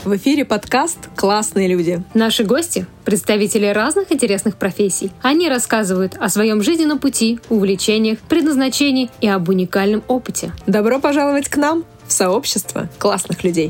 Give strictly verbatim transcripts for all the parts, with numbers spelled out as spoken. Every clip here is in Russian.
В эфире подкаст «Классные люди». Наши гости – представители разных интересных профессий. Они рассказывают о своем жизненном пути, увлечениях, предназначении и об уникальном опыте. Добро пожаловать к нам в сообщество классных людей.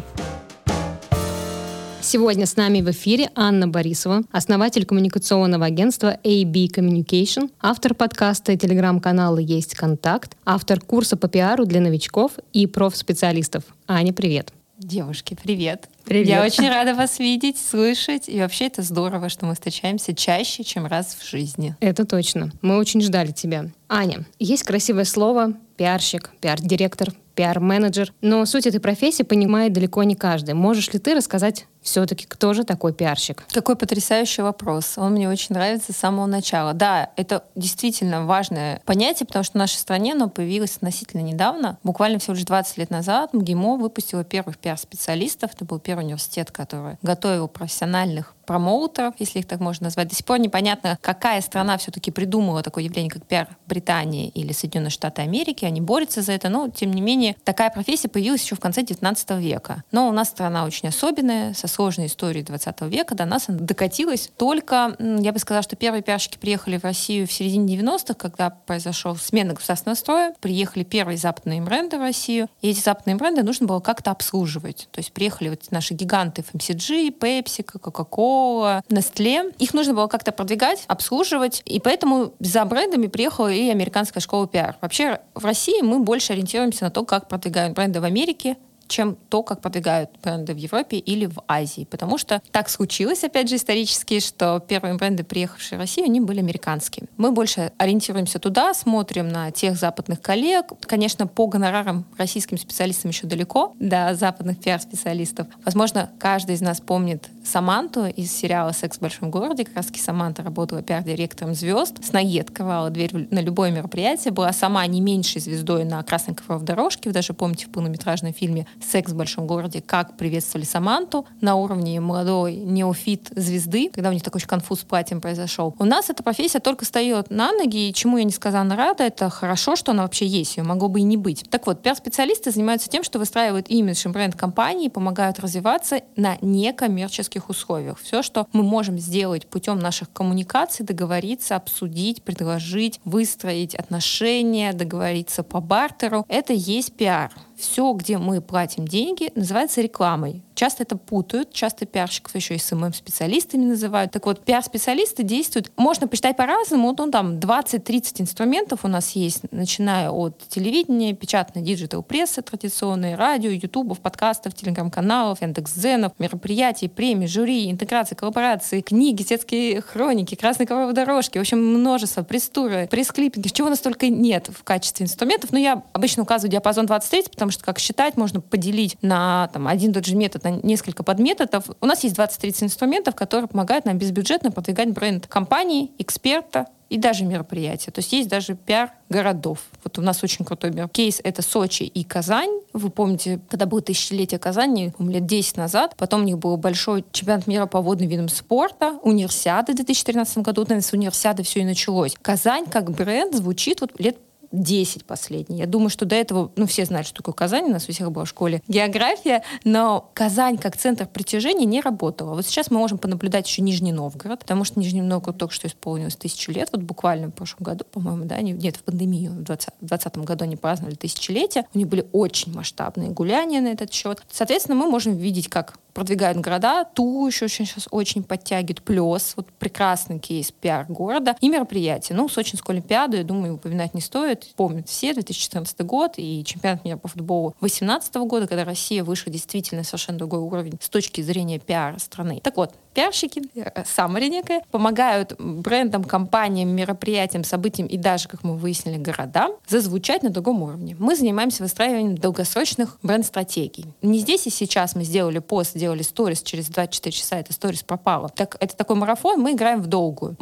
Сегодня с нами в эфире Анна Борисова, основатель коммуникационного агентства эй би Communication, автор подкаста и телеграм-канала «Есть контакт», автор курса по пиару для новичков и профспециалистов. Аня, привет. Девушки, привет. Привет. Я очень рада вас видеть, слышать. И вообще это здорово, что мы встречаемся чаще, чем раз в жизни. Это точно. Мы очень ждали тебя. Аня, есть красивое слово «пиарщик», «пиар-директор», «пиар-менеджер», но суть этой профессии понимает далеко не каждый. Можешь ли ты рассказать все-таки, кто же такой пиарщик? Какой потрясающий вопрос. Он мне очень нравится с самого начала. Да, это действительно важное понятие, потому что в нашей стране оно появилось относительно недавно. Буквально всего лишь двадцать лет назад МГИМО выпустила первых пиар-специалистов. Это был первый университет, который готовил профессиональных промоутеров, если их так можно назвать. До сих пор непонятно, какая страна все-таки придумала такое явление, как пиар, Британия или Соединенные Штаты Америки. Они борются за это, но, тем не менее, такая профессия появилась еще в конце девятнадцатого века. Но у нас страна очень особенная, со сложной историей двадцатого века. До нас она докатилась только, я бы сказала, что первые пиарщики приехали в Россию в середине девяностых, когда произошла смена государственного строя. Приехали первые западные бренды в Россию, и эти западные бренды нужно было как-то обслуживать. То есть приехали вот наши гиганты эф эм си джи, Pepsi, Coca-Cola, Nestle. Их нужно было как-то продвигать, обслуживать, и поэтому за брендами приехала и американская школа пиар. Вообще в России мы больше ориентируемся на то, как продвигают бренды в Америке, чем то, как продвигают бренды в Европе или в Азии. Потому что так случилось, опять же, исторически, что первые бренды, приехавшие в Россию, они были американские. Мы больше ориентируемся туда, смотрим на тех западных коллег. Конечно, по гонорарам российским специалистам еще далеко до западных пиар-специалистов. Возможно, каждый из нас помнит Саманту из сериала «Секс в большом городе». Как раз-таки Саманта работала пиар-директором «Звезд». С ноги открывала дверь на любое мероприятие. Была сама не меньшей звездой на красной ковровой дорожке. Вы даже помните в полнометражном фильме «Секс в большом городе», как приветствовали Саманту на уровне молодой неофит звезды, когда у них такой конфуз с платьем произошел. У нас эта профессия только встает на ноги, и чему я несказанно рада, это хорошо, что она вообще есть, ее могло бы и не быть. Так вот, пиар-специалисты занимаются тем, что выстраивают имидж и бренд компании, помогают развиваться на некоммерческих условиях. Все, что мы можем сделать путем наших коммуникаций, договориться, обсудить, предложить, выстроить отношения, договориться по бартеру, это есть пиар. Все, где мы платим деньги, называется рекламой. Часто это путают, часто пиарщиков еще и эс эм эм-специалистами называют. Так вот, пиар-специалисты действуют, можно посчитать по-разному, вот, ну, там двадцать-тридцать инструментов у нас есть, начиная от телевидения, печатной диджитал-прессы традиционной, радио, ютубов, подкастов, телеграм-каналов, Яндекс.Дзенов, мероприятий, премий, жюри, интеграции, коллаборации, книги, детские хроники, красные ковровые дорожки, в общем, множество, пресс-туры, пресс-клиппинги, чего настолько нет в качестве инструментов, но я обычно указываю диапазон двадцать-тридцать, потому что, как считать, можно поделить на там, один и тот же метод, на несколько подметодов. У нас есть двадцать-тридцать инструментов, которые помогают нам безбюджетно продвигать бренд компании, эксперта и даже мероприятия. То есть есть даже пиар городов. Вот у нас очень крутой кейс — это Сочи и Казань. Вы помните, когда было тысячелетие Казани, лет десять назад, потом у них был большой чемпионат мира по водным видам спорта, универсиады в две тысячи тринадцатом году, наверное, с универсиады все и началось. Казань как бренд звучит вот лет десять последний. Я думаю, что до этого, ну, все знают, что такое Казань, у нас у всех была в школе география, но Казань как центр притяжения не работала. Вот сейчас мы можем понаблюдать еще Нижний Новгород, потому что Нижний Новгород только что исполнилось тысячу лет, вот буквально в прошлом году, по-моему, да, они, нет, в пандемию, в двадцатом году они праздновали тысячелетие, у них были очень масштабные гуляния на этот счет. Соответственно, мы можем видеть, как продвигают города, Тулу еще очень, сейчас очень подтягивают, Плёс, вот прекрасный кейс пиар города и мероприятия. Ну, Сочинскую Олимпиаду, я думаю, упоминать не стоит. Помнят все, две тысячи четырнадцатый год и чемпионат мира по футболу две тысячи восемнадцатого года, когда Россия вышла действительно на совершенно другой уровень с точки зрения пиара страны. Так вот, пиарщики, саммари некая, помогают брендам, компаниям, мероприятиям, событиям и даже, как мы выяснили, городам зазвучать на другом уровне. Мы занимаемся выстраиванием долгосрочных бренд-стратегий. Не здесь и сейчас мы сделали пост, сделали сторис, через двадцать четыре часа это сторис пропало. Так, это такой марафон, мы играем в долгую. Мы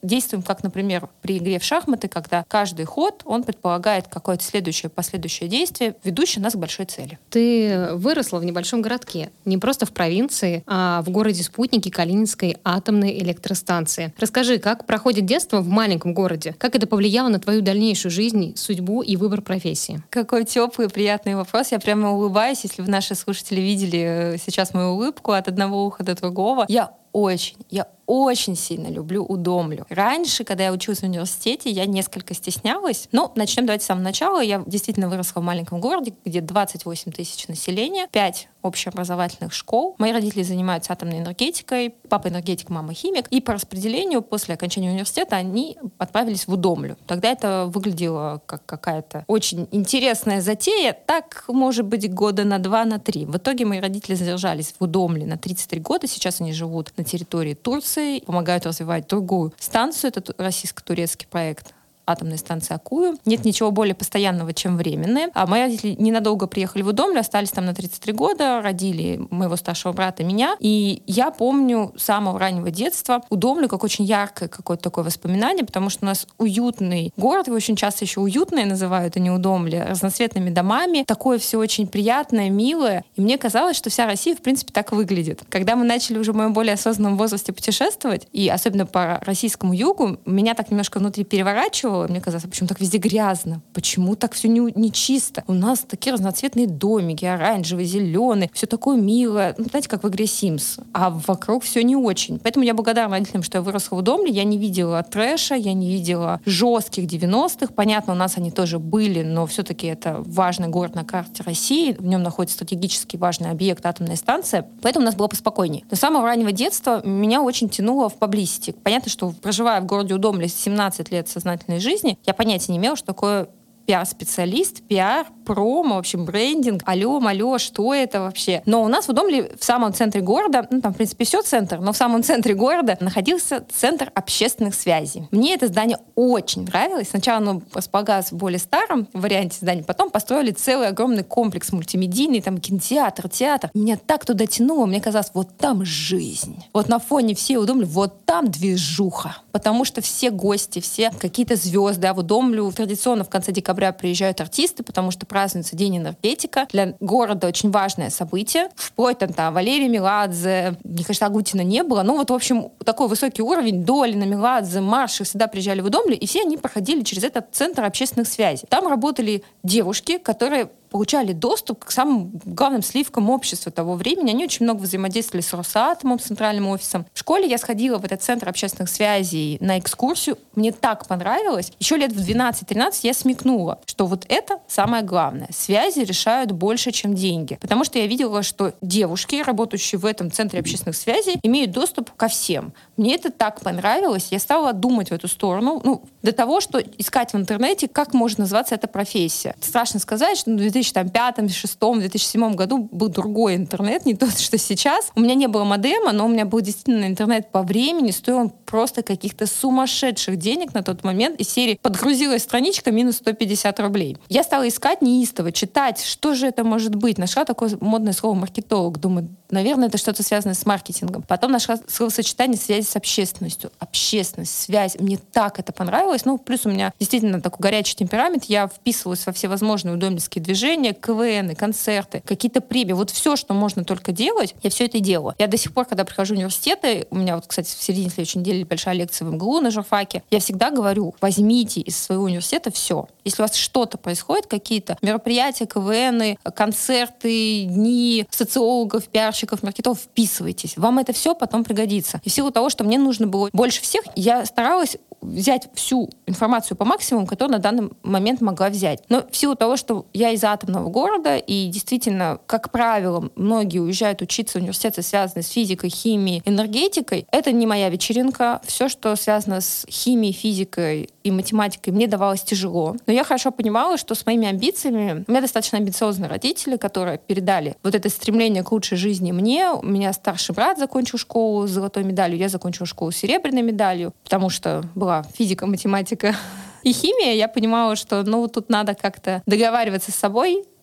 действуем как, например, при игре в шахматы, когда каждый ход, он предполагает какое-то следующее, последующее действие, ведущее нас к большой цели. Ты выросла в небольшом городке, не просто в провинции, а в городе-спутнике Калининской атомной электростанции. Расскажи, как проходит детство в маленьком городе? Как это повлияло на твою дальнейшую жизнь, судьбу и выбор профессии? Какой теплый, приятный вопрос. Я прямо улыбаюсь, если бы наши слушатели видели сейчас мою улыбку от одного уха до другого. Я очень, я очень сильно люблю Удомлю. Раньше, когда я училась в университете, я несколько стеснялась. Ну, начнем давайте с самого начала. Я действительно выросла в маленьком городе, где двадцать восемь тысяч населения, пять общеобразовательных школ. Мои родители занимаются атомной энергетикой, папа энергетик, мама химик. И по распределению после окончания университета они отправились в Удомлю. Тогда это выглядело как какая-то очень интересная затея. Так, может быть, года на два, на три. В итоге мои родители задержались в Удомле на тридцать три года. Сейчас они живут на территории Турции, помогают развивать другую станцию. Это российско-турецкий проект. Атомной станции Акую. Нет ничего более постоянного, чем временные. А мои родители ненадолго приехали в Удомлю, остались там на тридцать три года, родили моего старшего брата, меня. И я помню с самого раннего детства Удомлю как очень яркое какое-то такое воспоминание, потому что у нас уютный город, его очень часто еще уютное называют, а не Удомле, разноцветными домами. Такое все очень приятное, милое. И мне казалось, что вся Россия, в принципе, так выглядит. Когда мы начали уже в моем более осознанном возрасте путешествовать, и особенно по российскому югу, меня так немножко внутри переворачивало. Мне казалось, почему так везде грязно? Почему так все не, не чисто? У нас такие разноцветные домики, оранжевые, зеленые, все такое милое. Ну, знаете, как в игре Sims. А вокруг все не очень. Поэтому я благодарна родителям, что я выросла в Удомле. Я не видела трэша, я не видела жестких девяностых. Понятно, у нас они тоже были, но все-таки это важный город на карте России. В нем находится стратегически важный объект, атомная станция. Поэтому у нас было поспокойнее. Но с самого раннего детства меня очень тянуло в поблизости. Понятно, что проживая в городе Удомле семнадцать лет сознательной жизни, я понятия не имела, что такое пиар-специалист, пиар, промо, в общем, брендинг. Алло, алло, что это вообще? Но у нас в Удомле в самом центре города, ну там, в принципе, все центр, но в самом центре города находился Центр общественных связей. Мне это здание очень нравилось. Сначала оно располагалось в более старом варианте здания, потом построили целый огромный комплекс мультимедийный, там кинотеатр, театр. Меня так туда тянуло, мне казалось, вот там жизнь. Вот на фоне всей Удомли, вот там движуха. Потому что все гости, все какие-то звезды, а в Удомлю традиционно в конце декабря приезжают артисты, потому что празднуется День энергетика. Для города очень важное событие. Вплоть там, там Валерий Меладзе, мне кажется, Агутина не было. Ну вот, в общем, такой высокий уровень. Долина, Меладзе, Марши всегда приезжали в Удомлю, и все они проходили через этот центр общественных связей. Там работали девушки, которые получали доступ к самым главным сливкам общества того времени. Они очень много взаимодействовали с Росатомом, с центральным офисом. В школе я сходила в этот центр общественных связей на экскурсию. Мне так понравилось. Еще лет в двенадцать-тринадцать я смекнула, что вот это самое главное. Связи решают больше, чем деньги. Потому что я видела, что девушки, работающие в этом центре общественных связей, имеют доступ ко всем. Мне это так понравилось. Я стала думать в эту сторону. Ну, до того, что искать в интернете, как может называться эта профессия. Страшно сказать, что в две тысячи пятом, шестом, две тысячи седьмом году был другой интернет, не тот, что сейчас. У меня не было модема, но у меня был действительно интернет по времени, стоил он просто каких-то сумасшедших денег на тот момент. Из серии подгрузилась страничка минус сто пятьдесят рублей. Я стала искать неистово, читать, что же это может быть. Нашла такое модное слово маркетолог. Думаю, наверное, это что-то связанное с маркетингом. Потом нашла словосочетание связи с общественностью. Общественность, связь. Мне так это понравилось. Ну, плюс у меня действительно такой горячий темперамент. Я вписывалась во всевозможные удомельские движения, КВН, концерты, какие-то премии. Вот все, что можно только делать, я все это и делала. Я до сих пор, когда прихожу в университеты, у меня вот, кстати, в середине следующей недели большая лекция в МГУ на журфаке, я всегда говорю, возьмите из своего университета все. Если у вас что-то происходит, какие-то мероприятия, КВН, концерты, дни социологов, пиарщиков, маркетологов, вписывайтесь. Вам это все потом пригодится. И в силу того, что мне нужно было больше всех, я старалась взять всю информацию по максимуму, которую на данный момент могла взять. Но в силу того, что я из атомного города, и действительно, как правило, многие уезжают учиться в университеты, связанные с физикой, химией, энергетикой, это не моя вечеринка. Все, что связано с химией, физикой и математикой, мне давалось тяжело. Но я хорошо понимала, что с моими амбициями, у меня достаточно амбициозные родители, которые передали вот это стремление к лучшей жизни мне. У меня старший брат закончил школу с золотой медалью, я закончила школу с серебряной медалью, потому что была физика, математика и химия. Я понимала, что ну тут надо как-то договариваться с собой,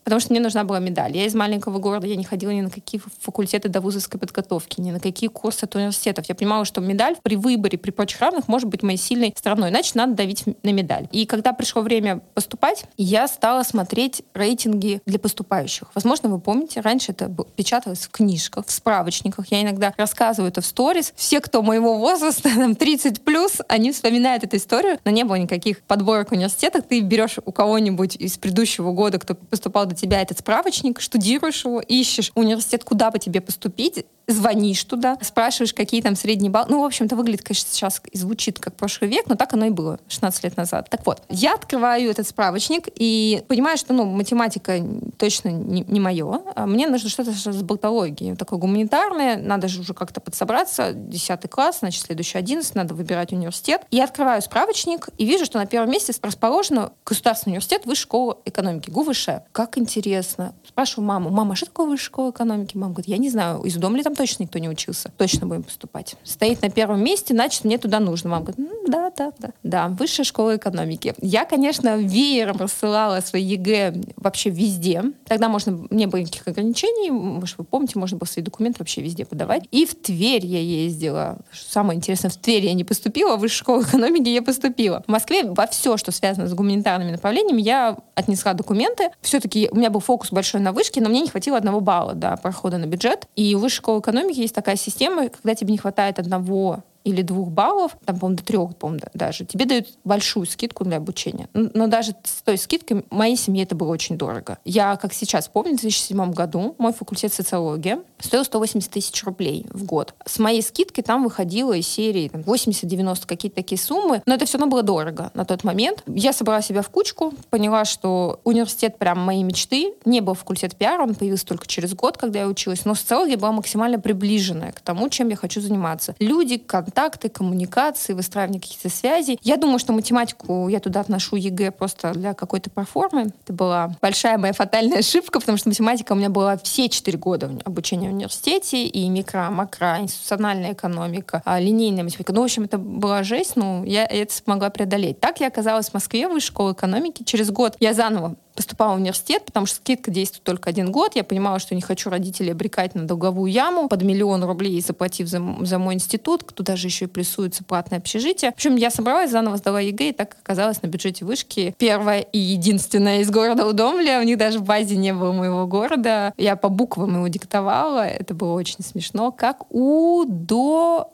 потому что мне нужна была медаль. Я из маленького города, я не ходила ни на какие факультеты до вузовской подготовки, ни на какие курсы от университетов. Я понимала, что медаль при выборе, при прочих равных может быть моей сильной стороной, иначе надо давить на медаль. И когда пришло время поступать, я стала смотреть рейтинги для поступающих. Возможно, вы помните, раньше это печаталось в книжках, в справочниках. Я иногда рассказываю это в сторис. Все, кто моего возраста, там, тридцать плюс, они вспоминают эту историю, но не было никаких подборок в университетах. Ты берешь у кого-нибудь из предыдущего года, кто поступал до тебя, этот справочник, штудируешь его, ищешь университет, куда бы тебе поступить, звонишь туда, спрашиваешь, какие там средние баллы. Ну, в общем, это выглядит, конечно, сейчас и звучит как прошлый век, но так оно и было шестнадцать лет назад. Так вот, я открываю этот справочник и понимаю, что, ну, математика точно не, не мое. А мне нужно что-то с болтологией. Такое гуманитарное, надо же уже как-то подсобраться. Десятый класс, значит, следующий одиннадцатый, надо выбирать университет. Я открываю справочник и вижу, что на первом месте расположено Государственный университет Высшей школы экономики, ГУВШ. Как интересно. Спрашиваю маму, мама, а что такое Высшая школа экономики? Мама говорит, я не знаю, из дома ли там точно никто не учился. Точно будем поступать. Стоит на первом месте, значит, мне туда нужно. Мама говорит, ну, да, да, да. Да, Высшая школа экономики. Я, конечно, веером рассылала свои ЕГЭ вообще везде. Тогда можно, не было никаких ограничений. Может, вы помните, можно было свои документы вообще везде подавать. И в Тверь я ездила. Самое интересное, в Тверь я не поступила, в Высшую школу экономики я поступила. В Москве во все, что связано с гуманитарными направлениями, я отнесла документы. Все-таки у меня был фокус большой на вышке, но мне не хватило одного балла до прохода на бюджет. И у Высшей школы экономики есть такая система, когда тебе не хватает одного или двух баллов, там, по-моему, до трех, по-моему, даже, тебе дают большую скидку для обучения. Но даже с той скидкой моей семье это было очень дорого. Я, как сейчас помню, в две тысячи седьмом году мой факультет социологии стоил сто восемьдесят тысяч рублей в год. С моей скидкой там выходило из серии восемьдесят-девяносто какие-то такие суммы, но это все равно было дорого на тот момент. Я собрала себя в кучку, поняла, что университет прям моей мечты. Не был факультет пиара, он появился только через год, когда я училась, но социология была максимально приближенная к тому, чем я хочу заниматься. Люди, контакты, коммуникации, выстраивание каких-то связей. Я думаю, что математику я туда отношу ЕГЭ просто для какой-то проформы. Это была большая моя фатальная ошибка, потому что математика у меня была все четыре года обучения в университете, и микро, макро, институциональная экономика, линейная математика. Ну, в общем, это была жесть, но я это смогла преодолеть. Так я оказалась в Москве, в Высшей школе экономики. Через год я заново поступала в университет, потому что скидка действует только один год. Я понимала, что не хочу родителей обрекать на долговую яму под миллион рублей, заплатив за, за мой институт, туда же еще и плюсуется платное общежитие. В общем, я собралась, заново сдала ЕГЭ, и так оказалась на бюджете вышки. Первая и единственная из города Удомля. У них даже в базе не было моего города. Я по буквам его диктовала. Это было очень смешно. Как Удо...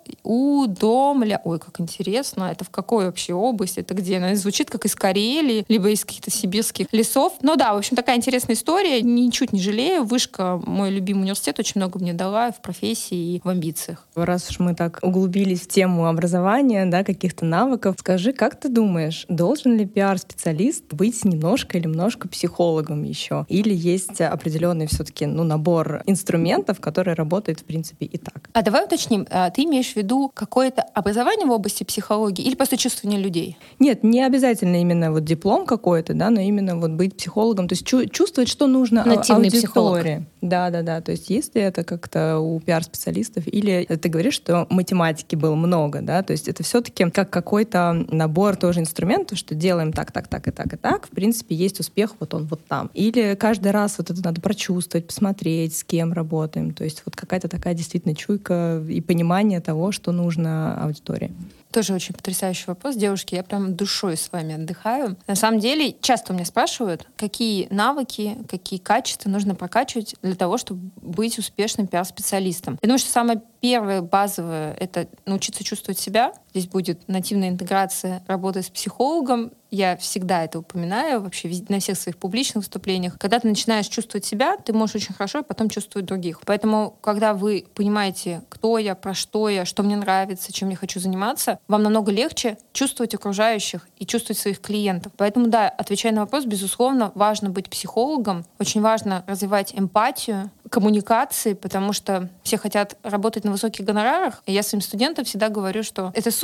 Удомля. Ой, как интересно. Это в какой вообще области? Это где? Она звучит как из Карелии, либо из каких-то сибирских лесов. Ну да, в общем, такая интересная история. Ничуть не жалею. Вышка, мой любимый университет, очень много мне дала в профессии и в амбициях. Раз уж мы так углубились в тему образования, да, каких-то навыков, скажи, как ты думаешь, должен ли пиар-специалист быть немножко или немножко психологом еще? Или есть определенный все-таки ну, набор инструментов, который работает, в принципе, и так? А давай уточним, ты имеешь в виду какое-то образование в области психологии или просто чувствование людей? Нет, не обязательно именно вот диплом какой-то, да, но именно вот быть психологом, то есть чу- чувствовать, что нужно нативный аудитории. психолог. Да, да, да. То есть есть ли это как-то у пиар-специалистов, или ты говоришь, что математики было много, да, то есть это все-таки как какой-то набор тоже инструментов, что делаем так, так, так и так и так. В принципе, есть успех, вот он вот там. Или каждый раз вот это надо прочувствовать, посмотреть, с кем работаем. То есть вот какая-то такая действительно чуйка и понимание того, что нужно аудитории. Тоже очень потрясающий вопрос, девушки. Я прям душой с вами отдыхаю. На самом деле, часто у меня спрашивают, какие навыки, какие качества нужно прокачивать для того, чтобы быть успешным пиар-специалистом. Я думаю, что самое первое, базовое — это научиться чувствовать себя. Здесь будет нативная интеграция, работа с психологом. Я всегда это упоминаю вообще на всех своих публичных выступлениях. Когда ты начинаешь чувствовать себя, ты можешь очень хорошо и потом чувствовать других. Поэтому, когда вы понимаете, кто я, про что я, что мне нравится, чем я хочу заниматься, вам намного легче чувствовать окружающих и чувствовать своих клиентов. Поэтому, да, отвечая на вопрос, безусловно, важно быть психологом, очень важно развивать эмпатию, коммуникации, потому что все хотят работать на высоких гонорарах. И я своим студентам всегда говорю, что это супер.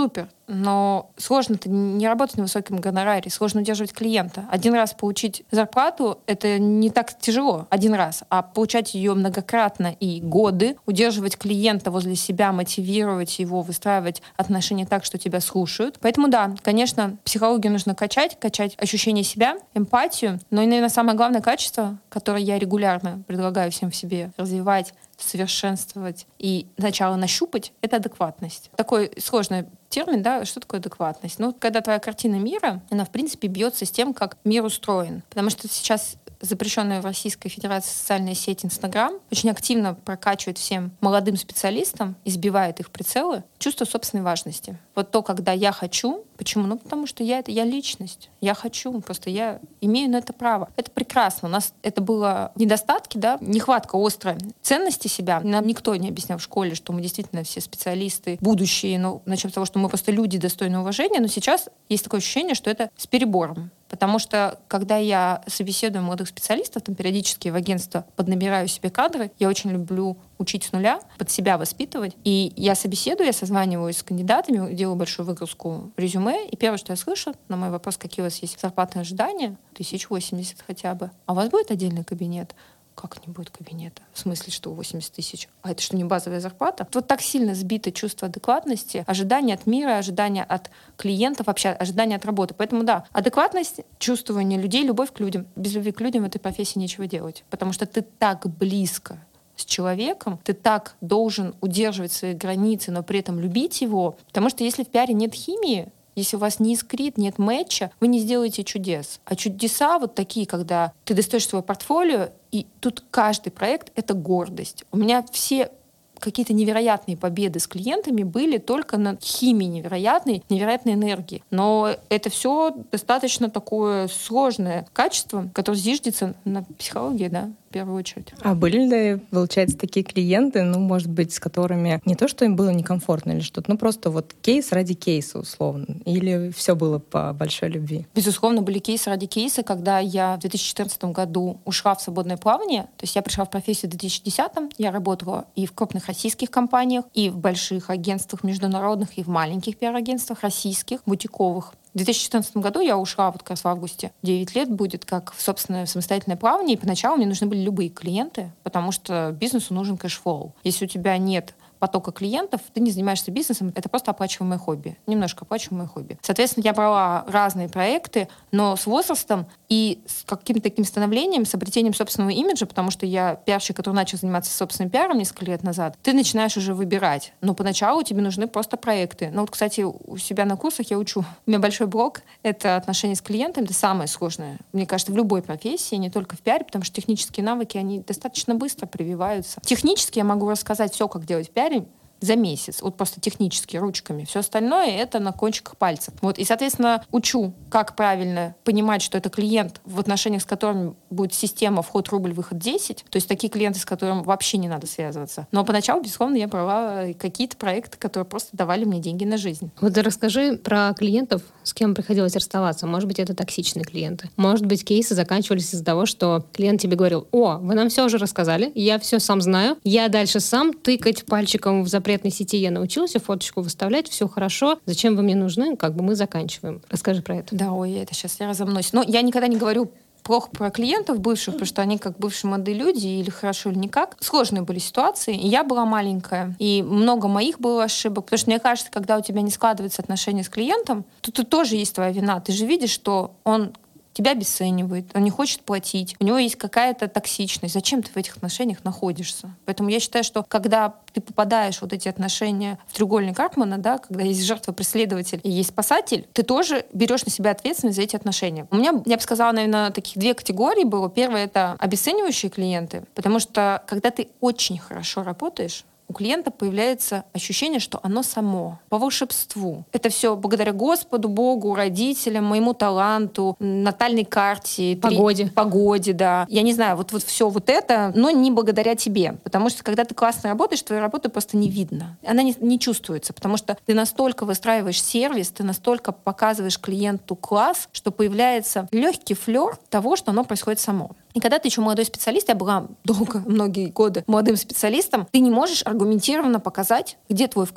но сложно это не работать на высоком гонораре, сложно удерживать клиента. Один раз получить зарплату — это не так тяжело, один раз, а получать ее многократно и годы, удерживать клиента возле себя, мотивировать его, выстраивать отношения так, что тебя слушают. Поэтому да, конечно, психологию нужно качать, качать ощущение себя, эмпатию, но и, наверное, самое главное качество, которое я регулярно предлагаю всем в себе развивать, совершенствовать и сначала нащупать, это адекватность. Такой сложный термин, да, что такое адекватность? Ну, когда твоя картина мира, она, в принципе, бьется с тем, как мир устроен. Потому что сейчас запрещенная в Российской Федерации социальная сеть Инстаграм очень активно прокачивает всем молодым специалистам, избивает их прицелы, чувство собственной важности. Вот то, когда я хочу, почему? Ну, потому что я, это, я личность, я хочу, просто я имею на это право. Это прекрасно. У нас это было недостатки, да, нехватка острой ценности себя. Нам никто не объяснял в школе, что мы действительно все специалисты, будущие, ну, начнем с того, что мы просто люди, достойные уважения, но сейчас есть такое ощущение, что это с перебором. Потому что, когда я собеседую молодых специалистов, там периодически в агентство поднабираю себе кадры, я очень люблю учить с нуля, под себя воспитывать. И я собеседую, я созваниваюсь с кандидатами, делаю большую выгрузку резюме, и первое, что я слышу на мой вопрос, какие у вас есть зарплатные ожидания, тысяча восемьдесят хотя бы. А у вас будет отдельный кабинет? Как не будет кабинета? В смысле, что восемьдесят тысяч? А это что, не базовая зарплата? Вот так сильно сбито чувство адекватности, ожидания от мира, ожидания от клиентов, вообще ожидания от работы. Поэтому да, адекватность, чувствование людей, любовь к людям. Без любви к людям в этой профессии нечего делать. Потому что ты так близко с человеком, ты так должен удерживать свои границы, но при этом любить его. Потому что если в пиаре нет химии, если у вас не искрит, нет мэтча, вы не сделаете чудес. А чудеса вот такие, когда ты достаешь свое портфолио, и тут каждый проект — это гордость. У меня все какие-то невероятные победы с клиентами были только на химии невероятной, невероятной энергии. Но это все достаточно такое сложное качество, которое зиждется на психологии, да, в первую очередь. А были ли, получается, такие клиенты, ну, может быть, с которыми не то, что им было некомфортно или что-то, ну, просто вот кейс ради кейса, условно? Или все было по большой любви? Безусловно, были кейсы ради кейса, когда я в две тысячи четырнадцатом году ушла в свободное плавание. То есть я пришла в профессию в две тысячи десятом, я работала и в крупных российских компаниях, и в больших агентствах международных, и в маленьких пиар-агентствах российских, бутиковых. В две тысячи четырнадцатом году я ушла вот как раз в августе. девять лет будет как в собственное самостоятельное плавание. И поначалу мне нужны были любые клиенты, потому что бизнесу нужен кэшфлоу. Если у тебя нет потока клиентов, ты не занимаешься бизнесом, это просто оплачиваемое хобби. Немножко оплачиваемое хобби. Соответственно, я брала разные проекты, но с возрастом и с каким-то таким становлением, с обретением собственного имиджа, потому что я пиарщик, который начал заниматься собственным пиаром несколько лет назад, ты начинаешь уже выбирать. Но поначалу тебе нужны просто проекты. Ну вот, кстати, у себя на курсах я учу. У меня большой блок — это отношения с клиентом, это самое сложное. Мне кажется, в любой профессии, не только в пиаре, потому что технические навыки, они достаточно быстро прививаются. Технически я могу рассказать все, как делать в пиаре, за месяц, вот просто технически, ручками. Все остальное — это на кончиках пальцев. Вот. И, соответственно, учу, как правильно понимать, что это клиент, в отношениях с которым будет система вход рубль, выход десять. То есть такие клиенты, с которыми вообще не надо связываться. Но поначалу, безусловно, я брала какие-то проекты, которые просто давали мне деньги на жизнь. Вот расскажи про клиентов, с кем приходилось расставаться. Может быть, это токсичные клиенты. Может быть, кейсы заканчивались из-за того, что клиент тебе говорил: о, вы нам все уже рассказали, я все сам знаю, я дальше сам тыкать пальчиком в запретной сети я научился, фоточку выставлять, все хорошо, зачем вы мне нужны, как бы мы заканчиваем. Расскажи про это. Да, ой, это сейчас я разомнусь. Но я никогда не говорю плохо про клиентов бывших, потому что они как бывшие молодые люди, или хорошо, или никак. Сложные были ситуации, и я была маленькая, и много моих было ошибок, потому что мне кажется, когда у тебя не складываются отношения с клиентом, то тут тоже есть твоя вина. Ты же видишь, что он тебя обесценивает, он не хочет платить, у него есть какая-то токсичность. Зачем ты в этих отношениях находишься? Поэтому я считаю, что когда ты попадаешь в вот эти отношения в треугольник Карпмана, да, когда есть жертва-преследователь и есть спасатель, ты тоже берешь на себя ответственность за эти отношения. У меня, я бы сказала, наверное, таких две категории было. Первое — это обесценивающие клиенты, потому что когда ты очень хорошо работаешь, у клиента появляется ощущение, что оно само, по волшебству. Это все благодаря Господу, Богу, родителям, моему таланту, натальной карте, погоде. Три... Погоде, да. Я не знаю, вот, вот все вот это, но не благодаря тебе. Потому что когда ты классно работаешь, твою работу просто не видно. Она не, не чувствуется, потому что ты настолько выстраиваешь сервис, ты настолько показываешь клиенту класс, что появляется легкий флер того, что оно происходит само. И когда ты еще молодой специалист, я была долго, многие годы молодым специалистом, ты не можешь аргументированно показать, где твой вклад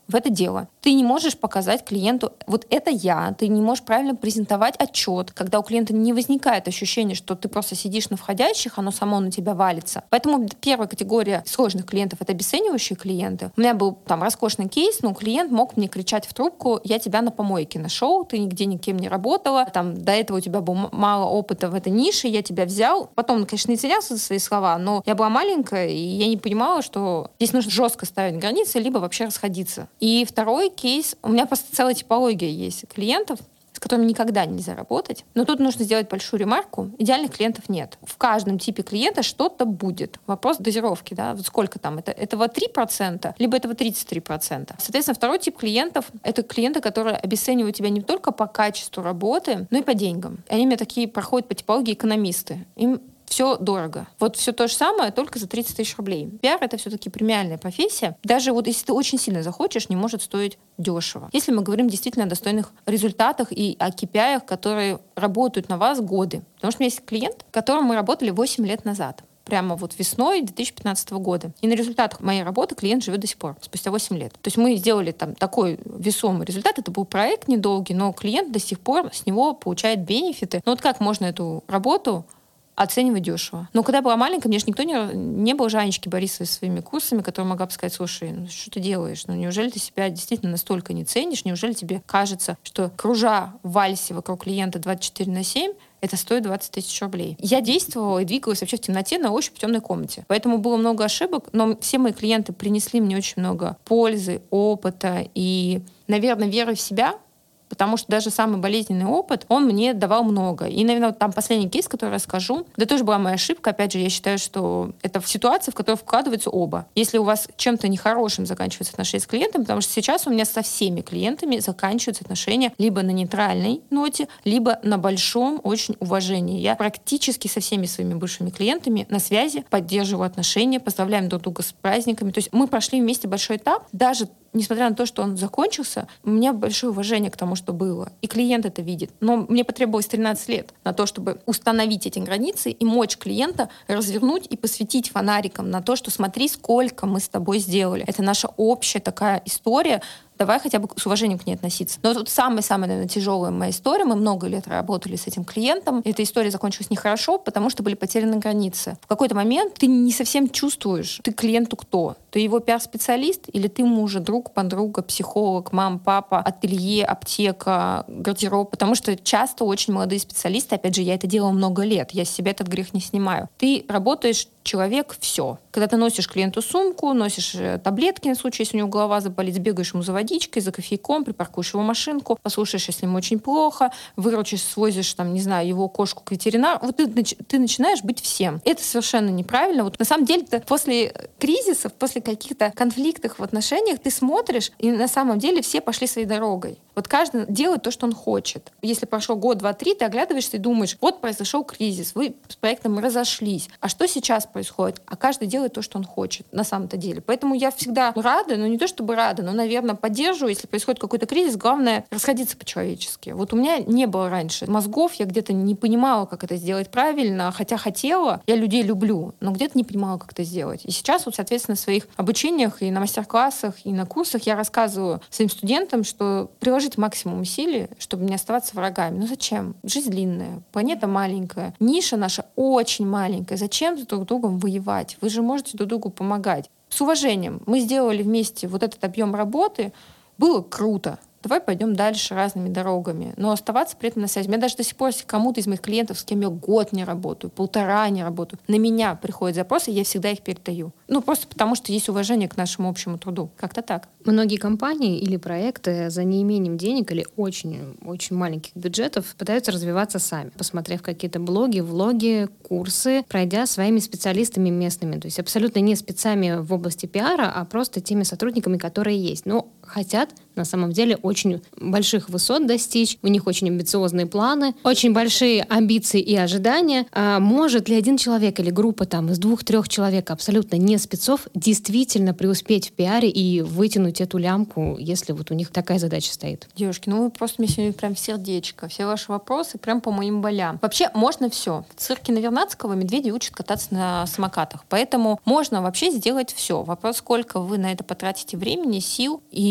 в это дело. Ты не можешь показать клиенту, вот это я, ты не можешь правильно презентовать отчет, когда у клиента не возникает ощущение, что ты просто сидишь на входящих, оно само на тебя валится. Поэтому первая категория сложных клиентов — это обесценивающие клиенты. У меня был там роскошный кейс, но клиент мог мне кричать в трубку: я тебя на помойке нашел, ты нигде никем не работала, там до этого у тебя было мало опыта в этой нише, я тебя взял. Потом он, конечно, не извинялся за свои слова, но я была маленькая, и я не понимала, что здесь нужно жестко ставить границы, либо вообще расходиться. И второй кейс, у меня просто целая типология есть клиентов, с которыми никогда нельзя работать. Но тут нужно сделать большую ремарку. Идеальных клиентов нет. В каждом типе клиента что-то будет. Вопрос дозировки, да, вот сколько там, это, этого три процента, либо этого тридцать три процента. Соответственно, второй тип клиентов — это клиенты, которые обесценивают тебя не только по качеству работы, но и по деньгам. Они у меня такие проходят по типологии экономисты. Им все дорого. Вот все то же самое, только за тридцать тысяч рублей. Пиар — это все-таки премиальная профессия. Даже вот если ты очень сильно захочешь, не может стоить дешево. Если мы говорим действительно о достойных результатах и о кей пи ай, которые работают на вас годы. Потому что у меня есть клиент, с которым мы работали восемь лет назад. Прямо вот весной две тысячи пятнадцатого года. И на результатах моей работы клиент живет до сих пор, спустя восемь лет. То есть мы сделали там такой весомый результат. Это был проект недолгий, но клиент до сих пор с него получает бенефиты. Но вот как можно эту работу оценивать дешево? Но когда я была маленькая, мне же никто не, не был Жанечки Борисовой своими курсами, которые могла бы сказать: слушай, ну что ты делаешь? Ну неужели ты себя действительно настолько не ценишь? Неужели тебе кажется, что кружа в вальсе вокруг клиента двадцать четыре на семь это стоит двадцать тысяч рублей? Я действовала и двигалась вообще в темноте, на ощупь в темной комнате. Поэтому было много ошибок, но все мои клиенты принесли мне очень много пользы, опыта и, наверное, веры в себя. Потому что даже самый болезненный опыт, он мне давал много. И, наверное, вот там последний кейс, который я расскажу, да тоже была моя ошибка. Опять же, я считаю, что это ситуация, в которую вкладываются оба. Если у вас чем-то нехорошим заканчиваются отношения с клиентом, потому что сейчас у меня со всеми клиентами заканчиваются отношения либо на нейтральной ноте, либо на большом очень уважении. Я практически со всеми своими бывшими клиентами на связи, поддерживаю отношения, поздравляем друг друга с праздниками. То есть мы прошли вместе большой этап, даже несмотря на то, что он закончился, у меня большое уважение к тому, что было. И клиент это видит. Но мне потребовалось тринадцать лет на то, чтобы установить эти границы и мочь клиента развернуть и посветить фонариком на то, что смотри, сколько мы с тобой сделали. Это наша общая такая история. Давай хотя бы с уважением к ней относиться. Но тут самая-самая, наверное, тяжелая моя история. Мы много лет работали с этим клиентом. Эта история закончилась нехорошо, потому что были потеряны границы. В какой-то момент ты не совсем чувствуешь, ты клиенту кто. Ты его пиар-специалист или ты ему уже друг, подруга, психолог, мама, папа, ателье, аптека, гардероб. Потому что часто очень молодые специалисты, опять же, я это делала много лет, я с себя этот грех не снимаю. Ты работаешь человек все. Когда ты носишь клиенту сумку, носишь таблетки на случай, если у него голова заболит, сбегаешь ему за водичкой, за кофейком, припаркуешь его машинку, послушаешь, если ему очень плохо, выручишь, свозишь, там, не знаю, его кошку к ветеринару. Вот ты, ты начинаешь быть всем. Это совершенно неправильно. Вот на самом деле после кризисов, после каких-то конфликтов в отношениях ты смотришь, и на самом деле все пошли своей дорогой. Вот каждый делает то, что он хочет. Если прошло год, два, три, ты оглядываешься и думаешь: вот произошел кризис, вы с проектом разошлись. А что сейчас происходит? А каждый делает то, что он хочет на самом-то деле. Поэтому я всегда рада, ну не то чтобы рада, но, наверное, поддерживаю, если происходит какой-то кризис, главное расходиться по-человечески. Вот у меня не было раньше мозгов, я где-то не понимала, как это сделать правильно, хотя хотела, я людей люблю, но где-то не понимала, как это сделать. И сейчас вот, соответственно, в своих обучениях и на мастер-классах, и на курсах я рассказываю своим студентам, что приложить максимум усилий, чтобы не оставаться врагами. Ну зачем? Жизнь длинная, планета маленькая, ниша наша очень маленькая. Зачем друг с другом воевать? Вы же можете друг другу помогать. С уважением. Мы сделали вместе вот этот объем работы. Было круто. Давай пойдем дальше разными дорогами. Но оставаться при этом на связи. У меня даже до сих пор, если кому-то из моих клиентов, с кем я год не работаю, полтора не работаю, на меня приходят запросы, я всегда их передаю. Ну, просто потому, что есть уважение к нашему общему труду. Как-то так. Многие компании или проекты за неимением денег или очень-очень маленьких бюджетов пытаются развиваться сами, посмотрев какие-то блоги, влоги, курсы, пройдя своими специалистами местными. То есть абсолютно не спецами в области пиара, а просто теми сотрудниками, которые есть. Но хотят на самом деле очень больших высот достичь, у них очень амбициозные планы, очень большие амбиции и ожидания. А может ли один человек или группа там из двух-трех человек абсолютно не спецов действительно преуспеть в пиаре и вытянуть эту лямку, если вот у них такая задача стоит? Девушки, ну вы просто мне сегодня прям сердечко. Все ваши вопросы прям по моим болям. Вообще можно все. В цирке Навернадского медведи учат кататься на самокатах. Поэтому можно вообще сделать все. Вопрос, сколько вы на это потратите времени, сил. И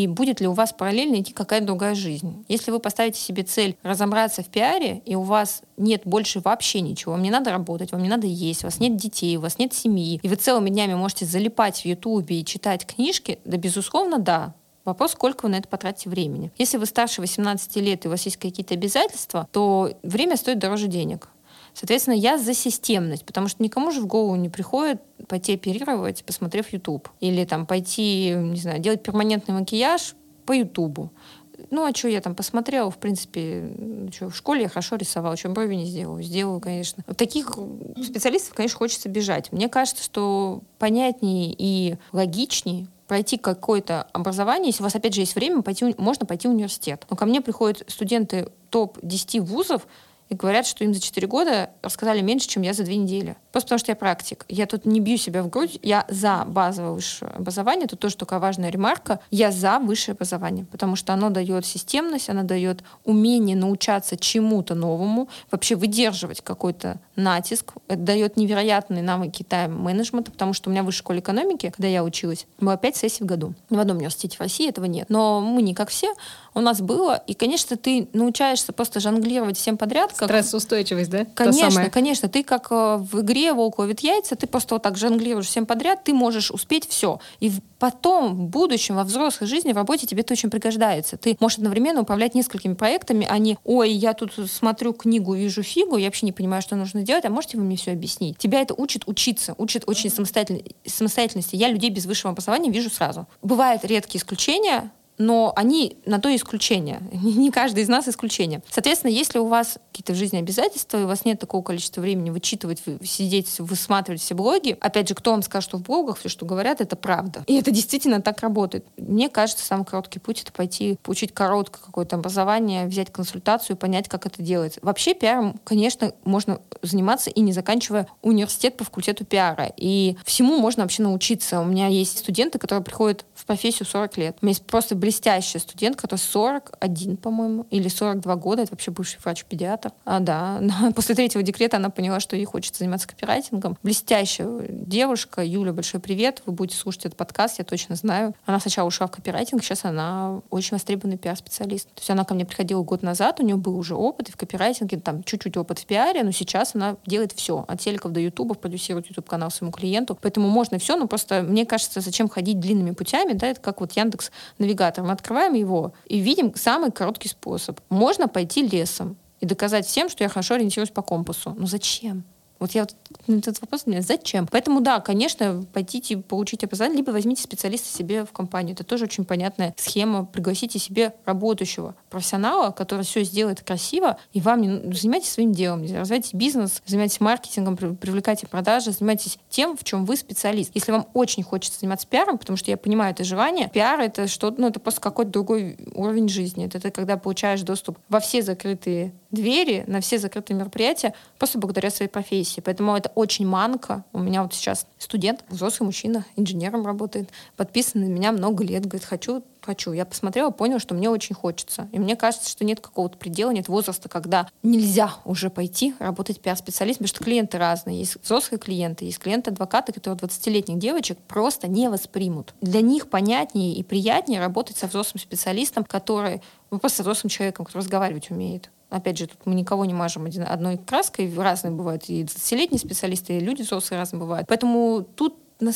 и будет ли у вас параллельно идти какая-то другая жизнь. Если вы поставите себе цель разобраться в пиаре, и у вас нет больше вообще ничего, вам не надо работать, вам не надо есть, у вас нет детей, у вас нет семьи, и вы целыми днями можете залипать в Ютубе и читать книжки, да, безусловно, да. Вопрос, сколько вы на это потратите времени. Если вы старше восемнадцати лет и у вас есть какие-то обязательства, то время стоит дороже денег. Соответственно, я за системность, потому что никому же в голову не приходит пойти оперировать, посмотрев YouTube. Или там пойти, не знаю, делать перманентный макияж по Ютубу. Ну, а что я там посмотрела, в принципе, что, в школе я хорошо рисовала, что брови не сделаю. Сделаю, конечно. Таких специалистов, конечно, хочется бежать. Мне кажется, что понятнее и логичнее пройти какое-то образование, если у вас, опять же, есть время, пойти, можно пойти в университет. Но ко мне приходят студенты топ десяти вузов, и говорят, что им за четыре года рассказали меньше, чем я за две недели. Просто потому что я практик. Я тут не бью себя в грудь. Я за базовое высшее образование. Тут тоже такая важная ремарка. Я за высшее образование, потому что оно дает системность, оно дает умение научаться чему-то новому, вообще выдерживать какой-то натиск. Это дает невероятные навыки тайм-менеджмента, потому что у меня в высшей школе экономики, когда я училась, было пять сессий в году. Ни в одном университете в России этого нет. Но мы не как все. У нас было. И, конечно, ты научаешься просто жонглировать всем подряд. Как... Стрессоустойчивость, да? Конечно, конечно. Ты как в игре «Волк ловит яйца», ты просто вот так жонглируешь всем подряд, ты можешь успеть все. И потом, в будущем, во взрослой жизни, в работе тебе это очень пригождается. Ты можешь одновременно управлять несколькими проектами, а не «Ой, я тут смотрю книгу, вижу фигу, я вообще не понимаю, что нужно делать, а можете вы мне все объяснить?» Тебя это учит учиться, учит очень самостоятель... самостоятельности. Я людей без высшего образования вижу сразу. Бывают редкие исключения, но они на то исключение. Не каждый из нас исключение. Соответственно, если у вас какие-то в жизни обязательства, и у вас нет такого количества времени вычитывать, сидеть, высматривать все блоги, опять же, кто вам скажет, что в блогах все, что говорят, это правда. И это действительно так работает. Мне кажется, самый короткий путь — это пойти получить короткое какое-то образование, взять консультацию и понять, как это делается. Вообще пиаром, конечно, можно заниматься и не заканчивая университет по факультету пиара. И всему можно вообще научиться. У меня есть студенты, которые приходят в профессию сорок лет. У меня есть просто блестящий студент, который сорок один, по-моему, или сорок два года, это вообще бывший врач-педиатр. А, да, после третьего декрета она поняла, что ей хочется заниматься копирайтингом. Блестящая девушка. Юля, большой привет. Вы будете слушать этот подкаст, я точно знаю. Она сначала ушла в копирайтинг, сейчас она очень востребованный пиар-специалист. То есть она ко мне приходила год назад, у нее был уже опыт и в копирайтинге, там чуть-чуть опыт в пиаре, но сейчас она делает все. От телеков до ютубов, продюсирует ютуб-канал своему клиенту. Поэтому можно все, но просто мне кажется, зачем ходить длинными путями, да, это как вот Яндекс.Навигатор. Мы открываем его и видим самый короткий способ. Можно пойти лесом и доказать всем, что я хорошо ориентируюсь по компасу. Но зачем? Вот я вот этот вопрос у меня зачем? Поэтому да, конечно, пойдите получить образование, либо возьмите специалиста себе в компанию. Это тоже очень понятная схема. Пригласите себе работающего профессионала, который все сделает красиво, и вам не занимайтесь своим делом, развивайте бизнес, занимайтесь маркетингом, привлекайте продажи, занимайтесь тем, в чем вы специалист. Если вам очень хочется заниматься пиаром, потому что я понимаю это желание, пиар — это что, ну это просто какой-то другой уровень жизни. Это ты когда получаешь доступ во все закрытые двери, на все закрытые мероприятия, просто благодаря своей профессии. Поэтому это очень манка. У меня вот сейчас студент, взрослый мужчина, инженером работает, подписан на меня много лет, говорит, хочу, хочу. Я посмотрела, поняла, что мне очень хочется. И мне кажется, что нет какого-то предела, нет возраста, когда нельзя уже пойти работать пиар-специалистом, потому что клиенты разные. Есть взрослые клиенты, есть клиенты-адвокаты, которые двадцатилетних девочек просто не воспримут. Для них понятнее и приятнее работать со взрослым специалистом, который, ну, просто со взрослым человеком, который разговаривать умеет. Опять же, тут мы никого не мажем один, одной краской, разные бывают и двадцатилетние специалисты, и люди взрослые разные бывают. Поэтому тут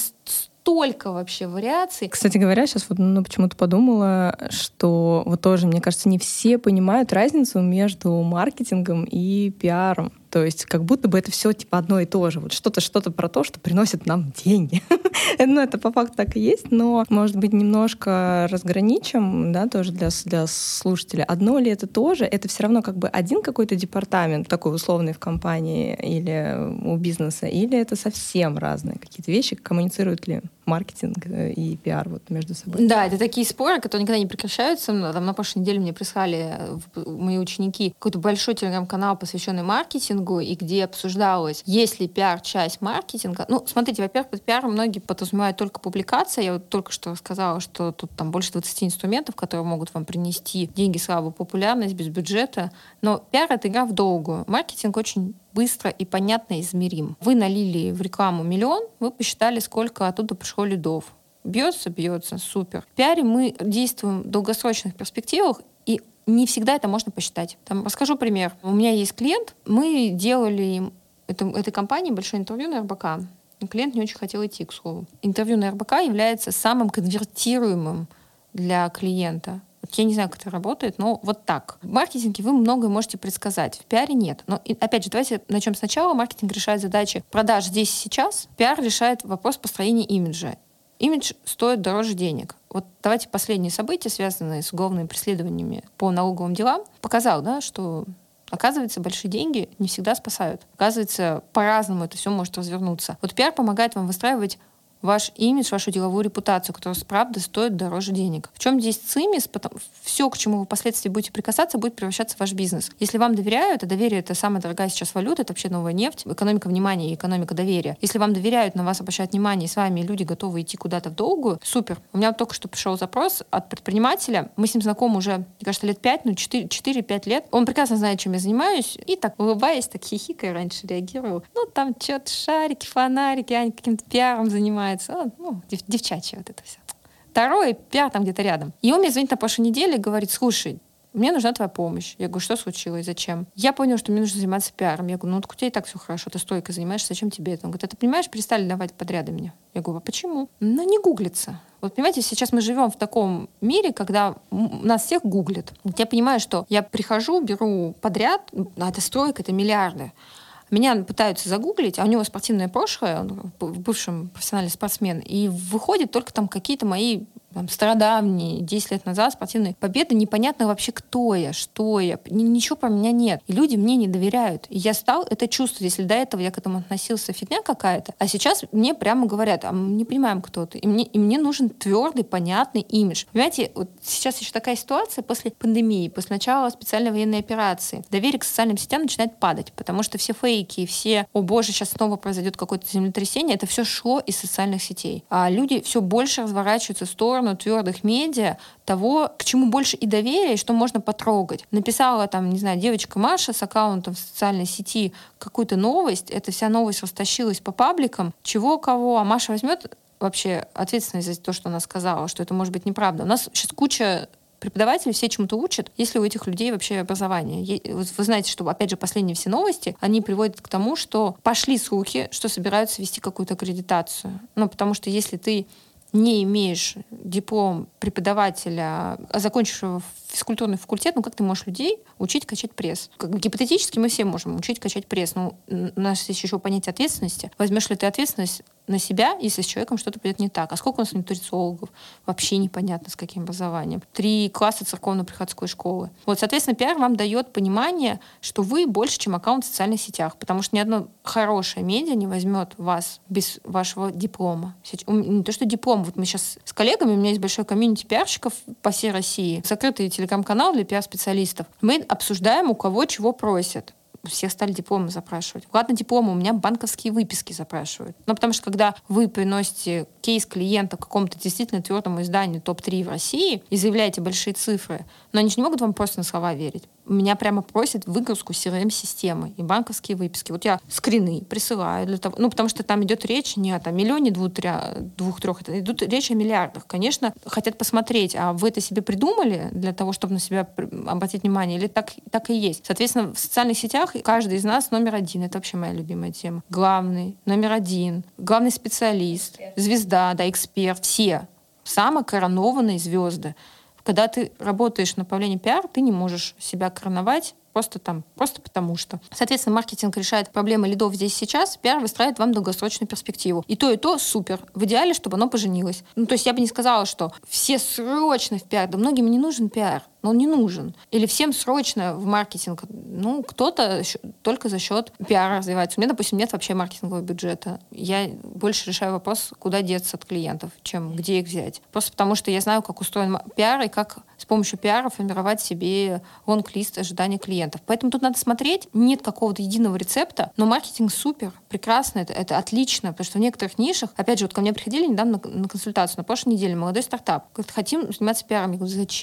настолько вообще вариаций. Кстати говоря, сейчас вот ну, почему-то подумала, что вот тоже, мне кажется, не все понимают разницу между маркетингом и пиаром. То есть как будто бы это все типа одно и то же. Вот что-то, что-то про то, что приносит нам деньги. Ну, это по факту так и есть, но, может быть, немножко разграничим, да, тоже для, для слушателя. Одно ли это тоже? Это все равно как бы один какой-то департамент, такой условный в компании или у бизнеса, или это совсем разные какие-то вещи? Коммуницируют ли маркетинг и пиар вот между собой? Да, это такие споры, которые никогда не прекращаются. Там на прошлой неделе мне прислали мои ученики какой-то большой телеграм-канал, посвященный маркетингу, и где обсуждалось, есть ли пиар часть маркетинга. Ну, смотрите, во-первых, под пиаром многие подразумевают только публикация. Я вот только что сказала, что тут там больше двадцати инструментов, которые могут вам принести деньги, славу, популярность без бюджета. Но пиар — это игра в долгую. Маркетинг очень быстро и понятно измерим. Вы налили в рекламу миллион, вы посчитали, сколько оттуда пришло лидов. Бьется, бьется, супер. В пиаре мы действуем в долгосрочных перспективах, и не всегда это можно посчитать. Там, расскажу пример. У меня есть клиент, мы делали им, это, этой компании большое интервью на эр бэ ка. Клиент не очень хотел идти, к слову. Интервью на эр бэ ка является самым конвертируемым для клиента. Вот я не знаю, как это работает, но вот так. В маркетинге вы многое можете предсказать, в пиаре нет. Но, и, опять же, давайте начнем сначала. Маркетинг решает задачи продаж здесь и сейчас. Пиар решает вопрос построения имиджа. Имидж стоит дороже денег. Вот давайте последние события, связанные с уголовными преследованиями по налоговым делам, показал, да, что, оказывается, большие деньги не всегда спасают. Оказывается, по-разному это все может развернуться. Вот пиар помогает вам выстраивать ваш имидж, вашу деловую репутацию, которая, правда, стоит дороже денег. В чем здесь цимис? Все, к чему вы впоследствии будете прикасаться, будет превращаться в ваш бизнес. Если вам доверяют, а доверие — это самая дорогая сейчас валюта, это вообще новая нефть, экономика внимания и экономика доверия. Если вам доверяют, на вас обращают внимание, и с вами люди готовы идти куда-то в долгую, супер. У меня вот только что пришел запрос от предпринимателя. Мы с ним знакомы уже, мне кажется, лет пять, ну, четыре-пять лет. Он прекрасно знает, чем я занимаюсь, и так, улыбаясь, так хихикая, раньше реагировал. Ну, там что-то шарики, фонарики, Аня каким-то пиаром занимается. Ну, дев, девчачье вот это все. Второй пиар там где-то рядом. И он мне звонит на прошлой неделе и говорит: слушай, мне нужна твоя помощь. Я говорю: что случилось, зачем? Я понял, что мне нужно заниматься пиаром. Я говорю: ну, так у тебя и так все хорошо, ты стойко занимаешься, зачем тебе это? Он говорит: а ты понимаешь, перестали давать подряды мне. Я говорю: а почему? Ну, не гуглится. Вот понимаете, сейчас мы живем в таком мире, когда нас всех гуглят. Я понимаю, что я прихожу, беру подряд, а это стройка, это миллиарды. Меня пытаются загуглить, а у него спортивное прошлое, он в бывшем профессиональный спортсмен, и выходит только там какие-то мои там, стародавние, десять лет назад спортивные победы, непонятно вообще, кто я, что я, ничего про меня нет. И люди мне не доверяют. И я стал это чувствовать. Если до этого я к этому относился, фигня какая-то, а сейчас мне прямо говорят: а мы не понимаем, кто ты. И мне, и мне нужен твердый, понятный имидж. Понимаете, вот сейчас еще такая ситуация после пандемии, после начала специальной военной операции. Доверие к социальным сетям начинает падать, потому что все фейки, все: о боже, сейчас снова произойдет какое-то землетрясение, это все шло из социальных сетей. А люди все больше разворачиваются в сторону твердых медиа, того, к чему больше и доверия, и что можно потрогать. Написала там, не знаю, девочка Маша с аккаунтом в социальной сети какую-то новость, эта вся новость растащилась по пабликам, чего кого, а Маша возьмет вообще ответственность за то, что она сказала, что это может быть неправда. У нас сейчас куча преподаватели все чему-то учат, если у этих людей вообще образование. Вы знаете, что, опять же, последние все новости, они приводят к тому, что пошли слухи, что собираются вести какую-то аккредитацию. Ну, потому что если ты не имеешь диплом преподавателя, закончившего физкультурный факультет, ну как ты можешь людей учить качать пресс? Как, гипотетически мы все можем учить качать пресс, но у нас есть еще понятие ответственности. Возьмешь ли ты ответственность на себя, если с человеком что-то пойдет не так? А сколько у нас нутрициологов? Вообще непонятно, с каким образованием. Три класса церковно-приходской школы. Вот, соответственно, пиар вам дает понимание, что вы больше, чем аккаунт в социальных сетях, потому что ни одно хорошее медиа не возьмет вас без вашего диплома. Не то, что диплом. Вот мы сейчас с коллегами, у меня есть большой комьюнити пиарщиков по всей России, закрытый телеграм-канал для пиар-специалистов. Мы обсуждаем, у кого чего просят. Все стали дипломы запрашивать. Ладно, дипломы, у меня банковские выписки запрашивают. Но потому что, когда вы приносите кейс клиента к какому-то действительно твердому изданию топ три в России и заявляете большие цифры, но они же не могут вам просто на слова верить. Меня прямо просят выгрузку си эр эм-системы и банковские выписки. Вот я скрины присылаю для того, ну, потому что там идет речь не о там, миллионе, двух-трех, это идут речь о миллиардах. Конечно, хотят посмотреть, а вы это себе придумали для того, чтобы на себя обратить внимание, или так, так и есть. Соответственно, в социальных сетях каждый из нас номер один. Это вообще моя любимая тема. Главный, номер один, главный специалист, звезда, да, эксперт, все. Самые коронованные звезды. Когда ты работаешь в направлении пиар, ты не можешь себя короновать просто там, просто потому что. Соответственно, маркетинг решает проблемы лидов здесь и сейчас, пиар выстраивает вам долгосрочную перспективу. И то, и то супер. В идеале, чтобы оно поженилось. Ну, то есть я бы не сказала, что все срочно в пиар. Да многим не нужен пиар, но он не нужен. Или всем срочно в маркетинг. Ну, кто-то только за счет пиара развивается. У меня, допустим, нет вообще маркетингового бюджета. Я больше решаю вопрос, куда деться от клиентов, чем где их взять. Просто потому что я знаю, как устроен пиар и как с помощью пиара формировать себе лонг-лист ожиданий клиентов. Поэтому тут надо смотреть. Нет какого-то единого рецепта, но маркетинг супер, прекрасно, это, это отлично, потому что в некоторых нишах, опять же, вот ко мне приходили недавно на, на консультацию, на прошлой неделе молодой стартап. Говорит, хотим заниматься пиаром. Я говорю, зачем?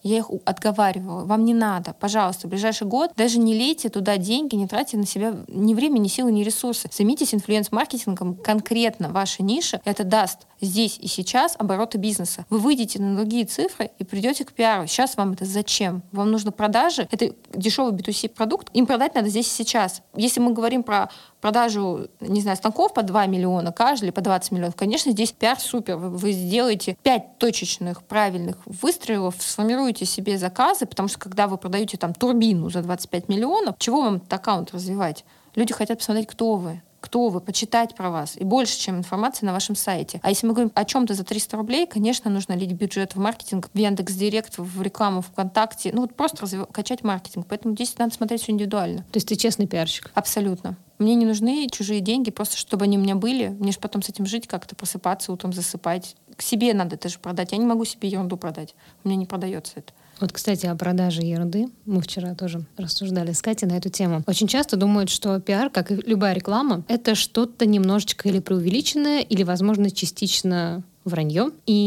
Я их отговаривала. Вам не надо. Пожалуйста, в ближайший год даже не лейте туда деньги, не тратьте на себя ни время, ни силы, ни ресурсы. Займитесь инфлюенс-маркетингом конкретно вашей ниши. Это даст здесь и сейчас обороты бизнеса. Вы выйдете на другие цифры и придете к пиару. Сейчас вам это зачем? Вам нужно продажи. Это дешевый би ту си продукт. Им продать надо здесь и сейчас. Если мы говорим про продажу, не знаю, станков по два миллиона каждый или по двадцать миллионов, конечно, здесь пиар супер. Вы, вы сделаете пять точечных правильных выстрелов, сформируете себе заказы, потому что когда вы продаете там турбину за двадцать пять миллионов, чего вам этот аккаунт развивать? Люди хотят посмотреть, кто вы. Кто вы, почитать про вас. И больше, чем информация на вашем сайте. А если мы говорим о чем-то за триста рублей, конечно, нужно лить бюджет в маркетинг, в Яндекс.Директ, в рекламу, ВКонтакте. Ну вот просто развив... качать маркетинг. Поэтому здесь надо смотреть все индивидуально. То есть ты честный пиарщик? Абсолютно. Мне не нужны чужие деньги, просто чтобы они у меня были. Мне же потом с этим жить как-то, просыпаться, утром засыпать. К себе надо это же продать. Я не могу себе ерунду продать. У меня не продается это. Вот, кстати, о продаже ерунды. Мы вчера тоже рассуждали с Катей на эту тему. Очень часто думают, что пиар, как и любая реклама, это что-то немножечко или преувеличенное, или, возможно, частично вранье.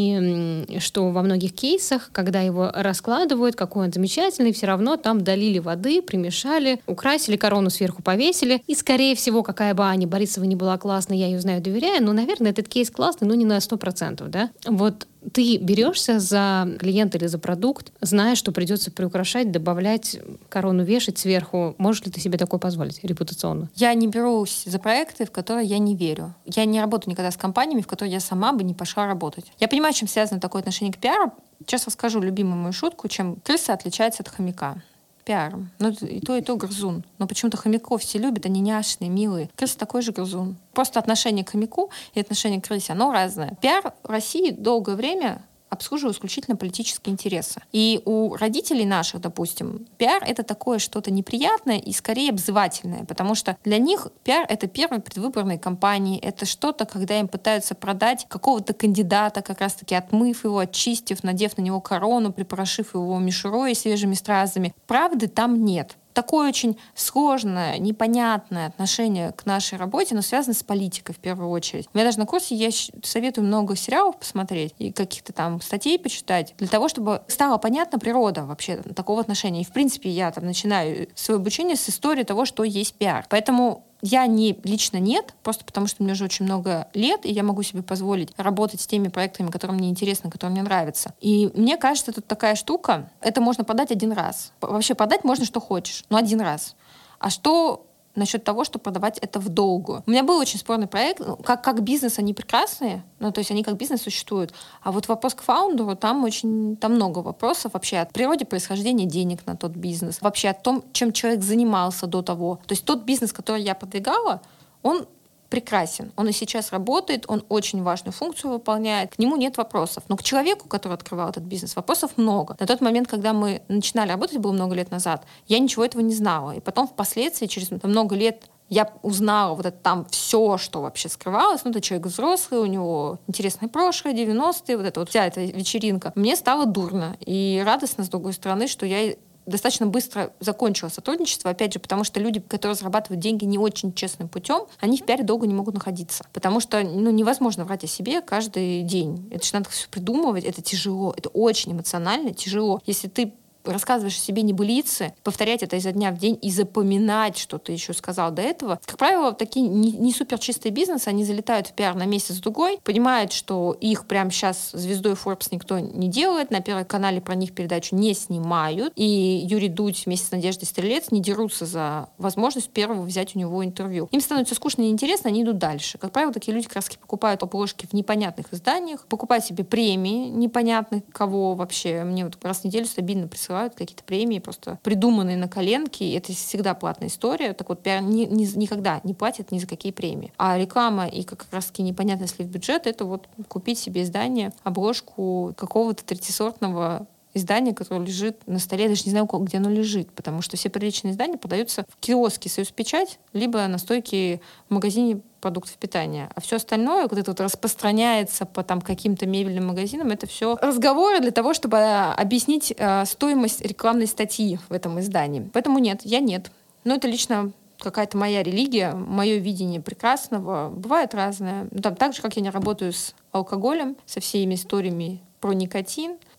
И что во многих кейсах, когда его раскладывают, какой он замечательный, все равно там долили воды, примешали, украсили, корону сверху повесили. И, скорее всего, какая бы Аня Борисова ни была классной, я ее знаю, доверяю, но, наверное, этот кейс классный, но не на сто процентов, да? Вот ты берешься за клиента или за продукт, зная, что придется приукрашать, добавлять, корону вешать сверху. Можешь ли ты себе такое позволить репутационно? Я не берусь за проекты, в которые я не верю. Я не работаю никогда с компаниями, в которые я сама бы не пошла работать. Я понимаю, чем связано такое отношение к пиару. Сейчас расскажу любимую мою шутку, чем крыса отличается от хомяка. Пиаром. Ну, и то, и то грызун. Но почему-то хомяков все любят, они няшные, милые. Крыса такой же грызун. Просто отношение к хомяку и отношение к крысе, оно разное. Пиар в России долгое время обслуживаю исключительно политические интересы. И у родителей наших, допустим, пиар — это такое что-то неприятное и скорее обзывательное, потому что для них пиар — это первые предвыборные кампании, это что-то, когда им пытаются продать какого-то кандидата, как раз-таки отмыв его, очистив, надев на него корону, припорошив его мишурой и свежими стразами. Правды там нет. Такое очень сложное, непонятное отношение к нашей работе, но связано с политикой в первую очередь. У меня даже на курсе я советую много сериалов посмотреть и каких-то там статей почитать, для того, чтобы стала понятна природа вообще такого отношения. И в принципе я там начинаю свое обучение с истории того, что есть пиар. Поэтому я не, лично нет, просто потому что мне уже очень много лет, и я могу себе позволить работать с теми проектами, которые мне интересны, которые мне нравятся. И мне кажется, тут такая штука, это можно подать один раз. Вообще подать можно что хочешь, но один раз. А что насчет того, чтобы продавать это в долгую? У меня был очень спорный проект. Как, как бизнес они прекрасные, ну, то есть они как бизнес существуют. А вот вопрос к фаундеру, там очень там много вопросов вообще о природе происхождения денег на тот бизнес, вообще о том, чем человек занимался до того. То есть тот бизнес, который я продвигала, он прекрасен. Он и сейчас работает, он очень важную функцию выполняет, к нему нет вопросов. Но к человеку, который открывал этот бизнес, вопросов много. На тот момент, когда мы начинали работать, было много лет назад, я ничего этого не знала. И потом впоследствии, через много лет, я узнала вот это там все, что вообще скрывалось. Ну, это человек взрослый, у него интересное прошлое, девяностые, вот это вот вся эта вечеринка. Мне стало дурно и радостно, с другой стороны, что я достаточно быстро закончила сотрудничество, опять же, потому что люди, которые зарабатывают деньги не очень честным путем, они в пиаре долго не могут находиться. Потому что ну, невозможно врать о себе каждый день. Это же надо все придумывать, это тяжело, это очень эмоционально тяжело. Если ты рассказываешь о себе небылицы, повторять это изо дня в день и запоминать, что ты еще сказал до этого. Как правило, такие не, не супер чистые бизнесы, они залетают в пиар на месяц-другой, понимают, что их прямо сейчас звездой Forbes никто не делает, на Первом канале про них передачу не снимают, и Юрий Дудь вместе с Надеждой Стрелец не дерутся за возможность первого взять у него интервью. Им становится скучно и неинтересно, они идут дальше. Как правило, такие люди как раз покупают обложки в непонятных изданиях, покупают себе премии непонятных кого вообще. Мне вот раз в неделю стабильно присылают какие-то премии, просто придуманные на коленке. Это всегда платная история. Так вот, пиар ни, ни, никогда не платит ни за какие премии. А реклама и как раз-таки непонятный слив бюджета — это вот купить себе издание, обложку какого-то третьесортного издание, которое лежит на столе, я даже не знаю, где оно лежит, потому что все приличные издания продаются в киоске «Союзпечать», либо на стойке в магазине продуктов питания. А все остальное, вот это вот распространяется по там каким-то мебельным магазинам, это все разговоры для того, чтобы объяснить э, стоимость рекламной статьи в этом издании. Поэтому нет, я нет. Но это лично какая-то моя религия, мое видение прекрасного. Бывает разное. Там, так же, как я не работаю с алкоголем, со всеми историями про никотин,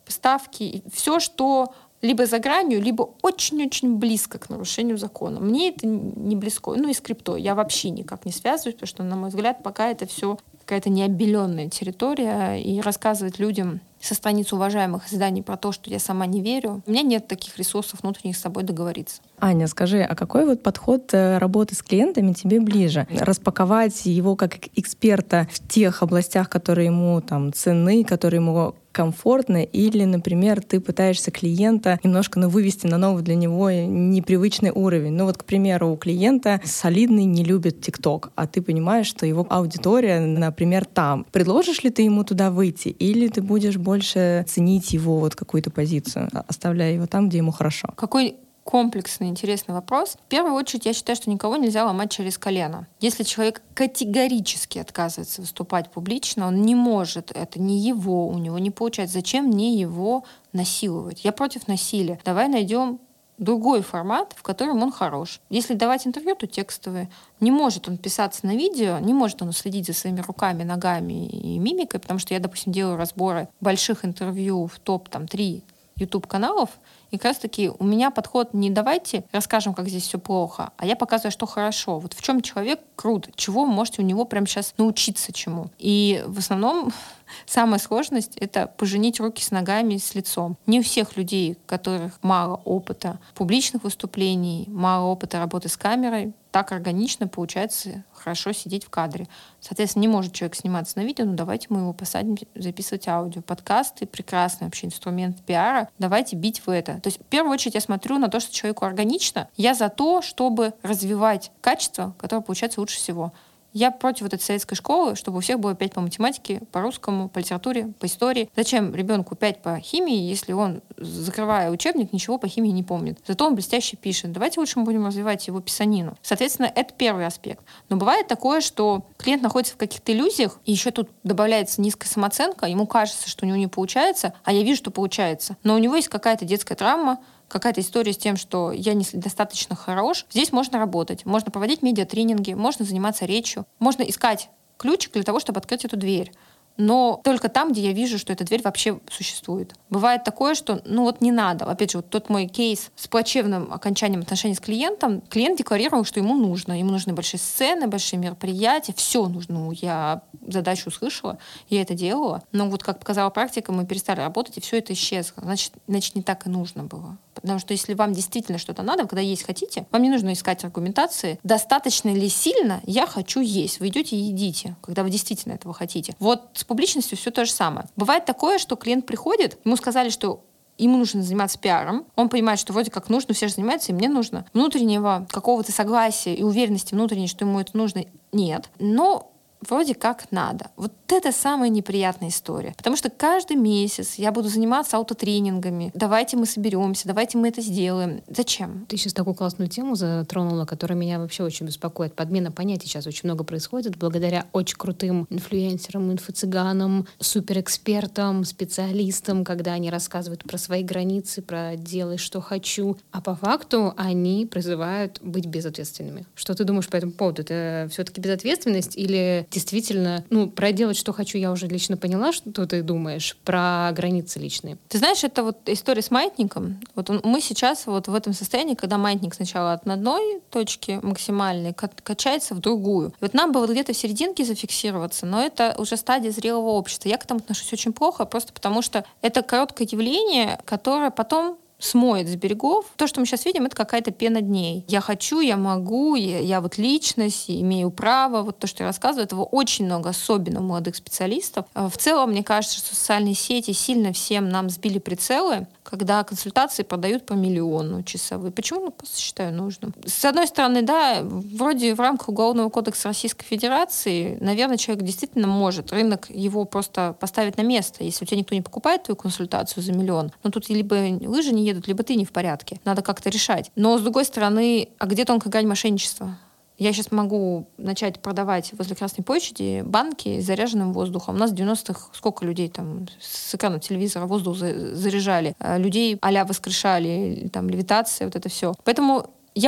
ставки, все, что либо за гранью, либо очень-очень близко к нарушению закона. Мне это не близко. Ну и с крипто я вообще никак не связываюсь, потому что, на мой взгляд, пока это все какая-то необеленная территория, и рассказывать людям со страниц уважаемых изданий про то, что я сама не верю, у меня нет таких ресурсов внутренних с собой договориться. Аня, скажи, а какой вот подход работы с клиентами тебе ближе? Распаковать его как эксперта в тех областях, которые ему там ценны, которые ему комфортно, или, например, ты пытаешься клиента немножко ну, вывести на новый для него непривычный уровень. Ну вот, к примеру, у клиента солидный не любит ТикТок, а ты понимаешь, что его аудитория, например, там. Предложишь ли ты ему туда выйти, или ты будешь больше ценить его вот какую-то позицию, оставляя его там, где ему хорошо? Какой комплексный, интересный вопрос. В первую очередь, я считаю, что никого нельзя ломать через колено. Если человек категорически отказывается выступать публично, он не может, это не его, у него не получается. Зачем мне его насиловать? Я против насилия. Давай найдем другой формат, в котором он хорош. Если давать интервью, то текстовые. Не может он писаться на видео, не может он следить за своими руками, ногами и мимикой, потому что я, допустим, делаю разборы больших интервью в топ три YouTube-каналов, и как раз-таки у меня подход не давайте расскажем, как здесь все плохо, а я показываю, что хорошо. Вот в чем человек крут, чего вы можете у него прямо сейчас научиться чему. И в основном самая сложность — это поженить руки с ногами, с лицом. Не у всех людей, у которых мало опыта публичных выступлений, мало опыта работы с камерой, так органично получается хорошо сидеть в кадре. Соответственно, не может человек сниматься на видео, но давайте мы его посадим записывать аудио. Подкасты — прекрасный вообще инструмент пиара. Давайте бить в это. То есть, в первую очередь, я смотрю на то, что человеку органично. Я за то, чтобы развивать качество, которое получается лучше всего. Я против вот этой советской школы, чтобы у всех было пять по математике, по русскому, по литературе, по истории. Зачем ребенку пять по химии, если он, закрывая учебник, ничего по химии не помнит? Зато он блестяще пишет. Давайте лучше мы будем развивать его писанину. Соответственно, это первый аспект. Но бывает такое, что клиент находится в каких-то иллюзиях, и еще тут добавляется низкая самооценка, ему кажется, что у него не получается, а я вижу, что получается. Но у него есть какая-то детская травма, какая-то история с тем, что я недостаточно хорош. Здесь можно работать, можно проводить медиатренинги, можно заниматься речью, можно искать ключик для того, чтобы открыть эту дверь. Но только там, где я вижу, что эта дверь вообще существует. Бывает такое, что ну вот не надо. Опять же, вот тот мой кейс с плачевным окончанием отношений с клиентом. Клиент декларировал, что ему нужно. Ему нужны большие сцены, большие мероприятия. Все нужно. Ну, я задачу услышала, я это делала. Но вот, как показала практика, мы перестали работать, и все это исчезло. Значит, значит, не так и нужно было. Потому что если вам действительно что-то надо, когда есть хотите, вам не нужно искать аргументации, достаточно ли сильно я хочу есть. Вы идете и едите, когда вы действительно этого хотите. Вот с публичностью все то же самое. Бывает такое, что клиент приходит, ему сказали, что ему нужно заниматься пиаром, он понимает, что вроде как нужно, все же занимаются, и мне нужно. Внутреннего какого-то согласия и уверенности внутренней, что ему это нужно, нет. Но вроде как надо. Вот это самая неприятная история. Потому что каждый месяц я буду заниматься аутотренингами. Давайте мы соберемся, давайте мы это сделаем. Зачем? Ты сейчас такую классную тему затронула, которая меня вообще очень беспокоит. Подмена понятий сейчас очень много происходит благодаря очень крутым инфлюенсерам, инфо-цыганам, суперэкспертам, специалистам, когда они рассказывают про свои границы, про «делай, что хочу». А по факту они призывают быть безответственными. Что ты думаешь по этому поводу? Это все-таки безответственность или действительно, ну, про делать, что хочу, я уже лично поняла, что ты думаешь про границы личные. Ты знаешь, это вот история с маятником. Вот он, мы сейчас вот в этом состоянии, когда маятник сначала от одной точки максимальной качается в другую. И вот нам бы вот где-то в серединке зафиксироваться, но это уже стадия зрелого общества. Я к этому отношусь очень плохо, просто потому что это короткое явление, которое потом смоет с берегов. То, что мы сейчас видим, это какая-то пена дней. Я хочу, я могу, я, я вот личность, имею право. Вот то, что я рассказываю, этого очень много, особенно у молодых специалистов. В целом, мне кажется, что социальные сети сильно всем нам сбили прицелы, когда консультации продают по миллиону часовые. Почему? Ну, просто считаю нужным. С одной стороны, да, вроде в рамках Уголовного кодекса Российской Федерации, наверное, человек действительно может. Рынок его просто поставить на место. Если у тебя никто не покупает твою консультацию за миллион, но тут либо лыжи не едут, либо ты не в порядке. Надо как-то решать. Но, с другой стороны, а где тонкая грань мошенничества? Я сейчас могу начать продавать возле Красной площади банки с заряженным воздухом. У нас в девяностых сколько людей там с экрана телевизора воздух заряжали, людей а-ля воскрешали, там левитация, вот это все. Поэтому я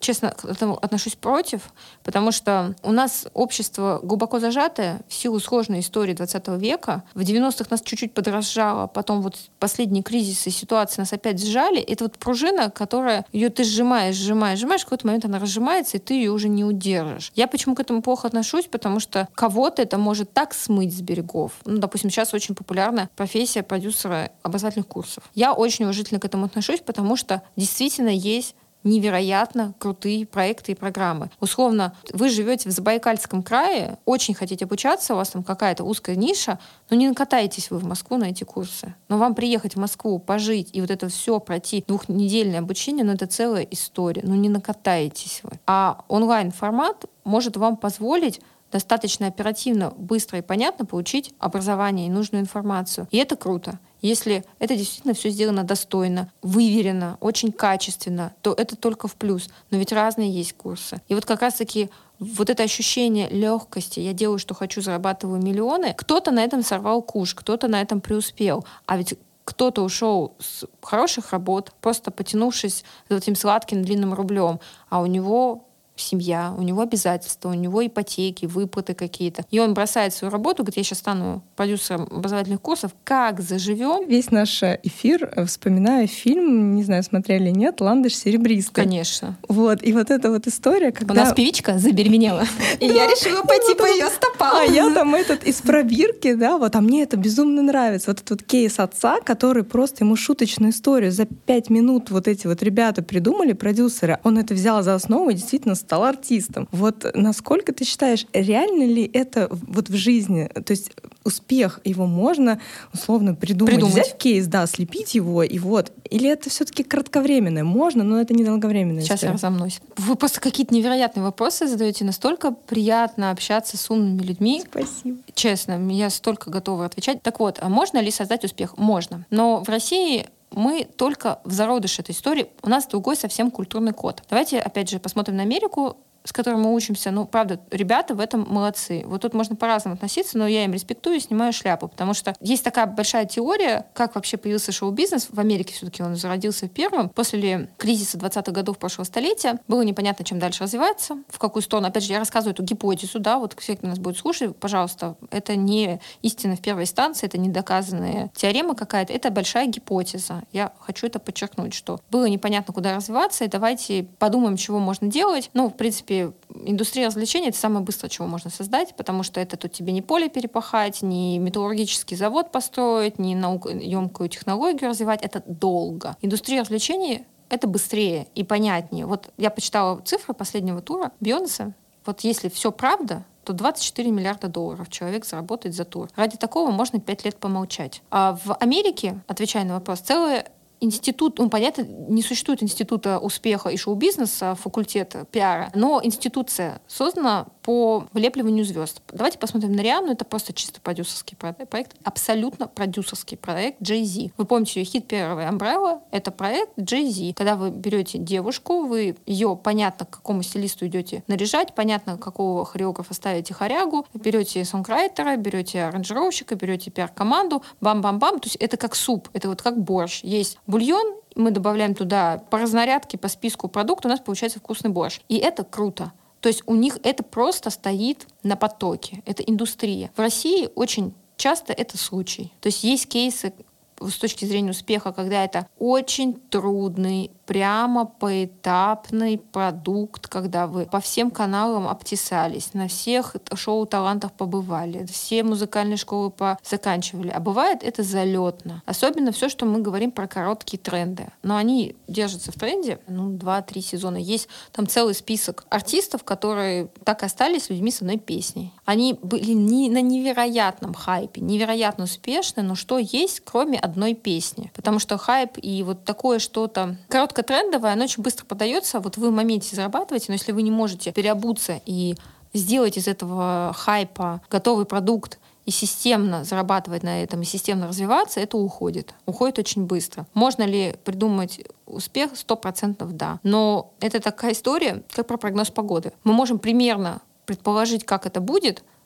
честно, к этому отношусь против, потому что у нас общество глубоко зажатое в силу сложной истории двадцатого века. В девяностых нас чуть-чуть подражало, потом вот последние кризисы, ситуации нас опять сжали. Это вот пружина, которая ее ты сжимаешь, сжимаешь, сжимаешь, в какой-то момент она разжимается, и ты ее уже не удержишь. Я почему к этому плохо отношусь? Потому что кого-то это может так смыть с берегов. Ну, допустим, сейчас очень популярна профессия продюсера образовательных курсов. Я очень уважительно к этому отношусь, потому что действительно есть невероятно крутые проекты и программы. Условно, вы живете в Забайкальском крае, очень хотите обучаться, у вас там какая-то узкая ниша, но не накатаетесь вы в Москву на эти курсы. Но вам приехать в Москву, пожить и вот это все пройти, двухнедельное обучение, ну это целая история. Ну не накатаетесь вы. А онлайн-формат может вам позволить достаточно оперативно, быстро и понятно получить образование и нужную информацию. И это круто. Если это действительно все сделано достойно, выверено, очень качественно, то это только в плюс. Но ведь разные есть курсы. И вот как раз-таки вот это ощущение легкости, я делаю, что хочу, зарабатываю миллионы, кто-то на этом сорвал куш, кто-то на этом преуспел. А ведь кто-то ушел с хороших работ, просто потянувшись за этим сладким длинным рублем, а у него семья, у него обязательства, у него ипотеки, выплаты какие-то. И он бросает свою работу, говорит, я сейчас стану продюсером образовательных курсов. Как заживем? Весь наш эфир вспоминаю фильм, не знаю, смотрели или нет, «Ландыш серебристый». Конечно. Вот, и вот эта вот история, когда... У нас певичка забеременела. И я решила пойти по ее стопам. А я там этот из пробирки, да, вот, а мне это безумно нравится. Вот этот вот кейс отца, который просто ему шуточную историю за пять минут вот эти вот ребята придумали, продюсеры, он это взял за основу и действительно стал артистом. Вот насколько ты считаешь, реально ли это вот в жизни? То есть успех, его можно условно придумать, Придумать. взять кейс, да, слепить его, и вот. Или это все-таки кратковременное? Можно, но это не долговременное. Сейчас я разомнусь. Вы просто какие-то невероятные вопросы задаете. Настолько приятно общаться с умными людьми. Спасибо. Честно, я столько готова отвечать. Так вот, а можно ли создать успех? Можно. Но в России мы только в зародыше этой истории. У нас другой совсем культурный код. Давайте, опять же, посмотрим на Америку, с которой мы учимся. Ну, правда, ребята в этом молодцы. Вот тут можно по-разному относиться, но я им респектую и снимаю шляпу, потому что есть такая большая теория, как вообще появился шоу-бизнес. В Америке все-таки он зародился первым. После кризиса двадцатых годов прошлого столетия было непонятно, чем дальше развиваться, в какую сторону. Опять же, я рассказываю эту гипотезу, да, вот все, кто нас будет слушать, пожалуйста, это не истина в первой инстанции, это не доказанная теорема какая-то, это большая гипотеза. Я хочу это подчеркнуть, что было непонятно, куда развиваться, и давайте подумаем, чего можно делать. Ну, в принципе, индустрия развлечений — это самое быстрое, чего можно создать, потому что это тут тебе не поле перепахать, не металлургический завод построить, не наукоемкую технологию развивать. Это долго. Индустрия развлечений — это быстрее и понятнее. Вот я почитала цифры последнего тура Бейонсе. Вот если все правда, то двадцать четыре миллиарда долларов человек заработает за тур. Ради такого можно пять лет помолчать. А в Америке, отвечая на вопрос, целая институт, ну, понятно, не существует института успеха и шоу-бизнеса, факультета пиара, но институция создана по влепливанию звезд. Давайте посмотрим на Рианну. Это просто чисто продюсерский проект, абсолютно продюсерский проект Jay-Z. Вы помните ее хит первый «Umbrella»? Это проект Jay-Z. Когда вы берете девушку, вы ее, понятно, к какому стилисту идете наряжать, понятно, какого хореографа ставите хорягу, берете сонграйтера, берете аранжировщика, берете пиар-команду, бам-бам-бам. То есть это как суп, это вот как борщ. Есть бульон, мы добавляем туда по разнарядке, по списку продуктов, у нас получается вкусный борщ. И это круто. То есть у них это просто стоит на потоке. Это индустрия. В России очень часто это случай. То есть есть кейсы с точки зрения успеха, когда это очень трудный, прямо поэтапный продукт, когда вы по всем каналам обтесались, на всех шоу талантах побывали, все музыкальные школы заканчивали. А бывает это залетно. Особенно все, что мы говорим про короткие тренды. Но они держатся в тренде, ну, два-три сезона. Есть там целый список артистов, которые так и остались людьми с одной песней. Они были не, на невероятном хайпе, невероятно успешны, но что есть, кроме одной песни? Потому что хайп и вот такое что-то короткотрендовое, оно очень быстро подается. Вот вы в моменте зарабатываете, но если вы не можете переобуться и сделать из этого хайпа готовый продукт и системно зарабатывать на этом, и системно развиваться, это уходит. Уходит очень быстро. Можно ли придумать успех? Сто процентов да. Но это такая история, как про прогноз погоды. Мы можем примерно предположить, как это будет,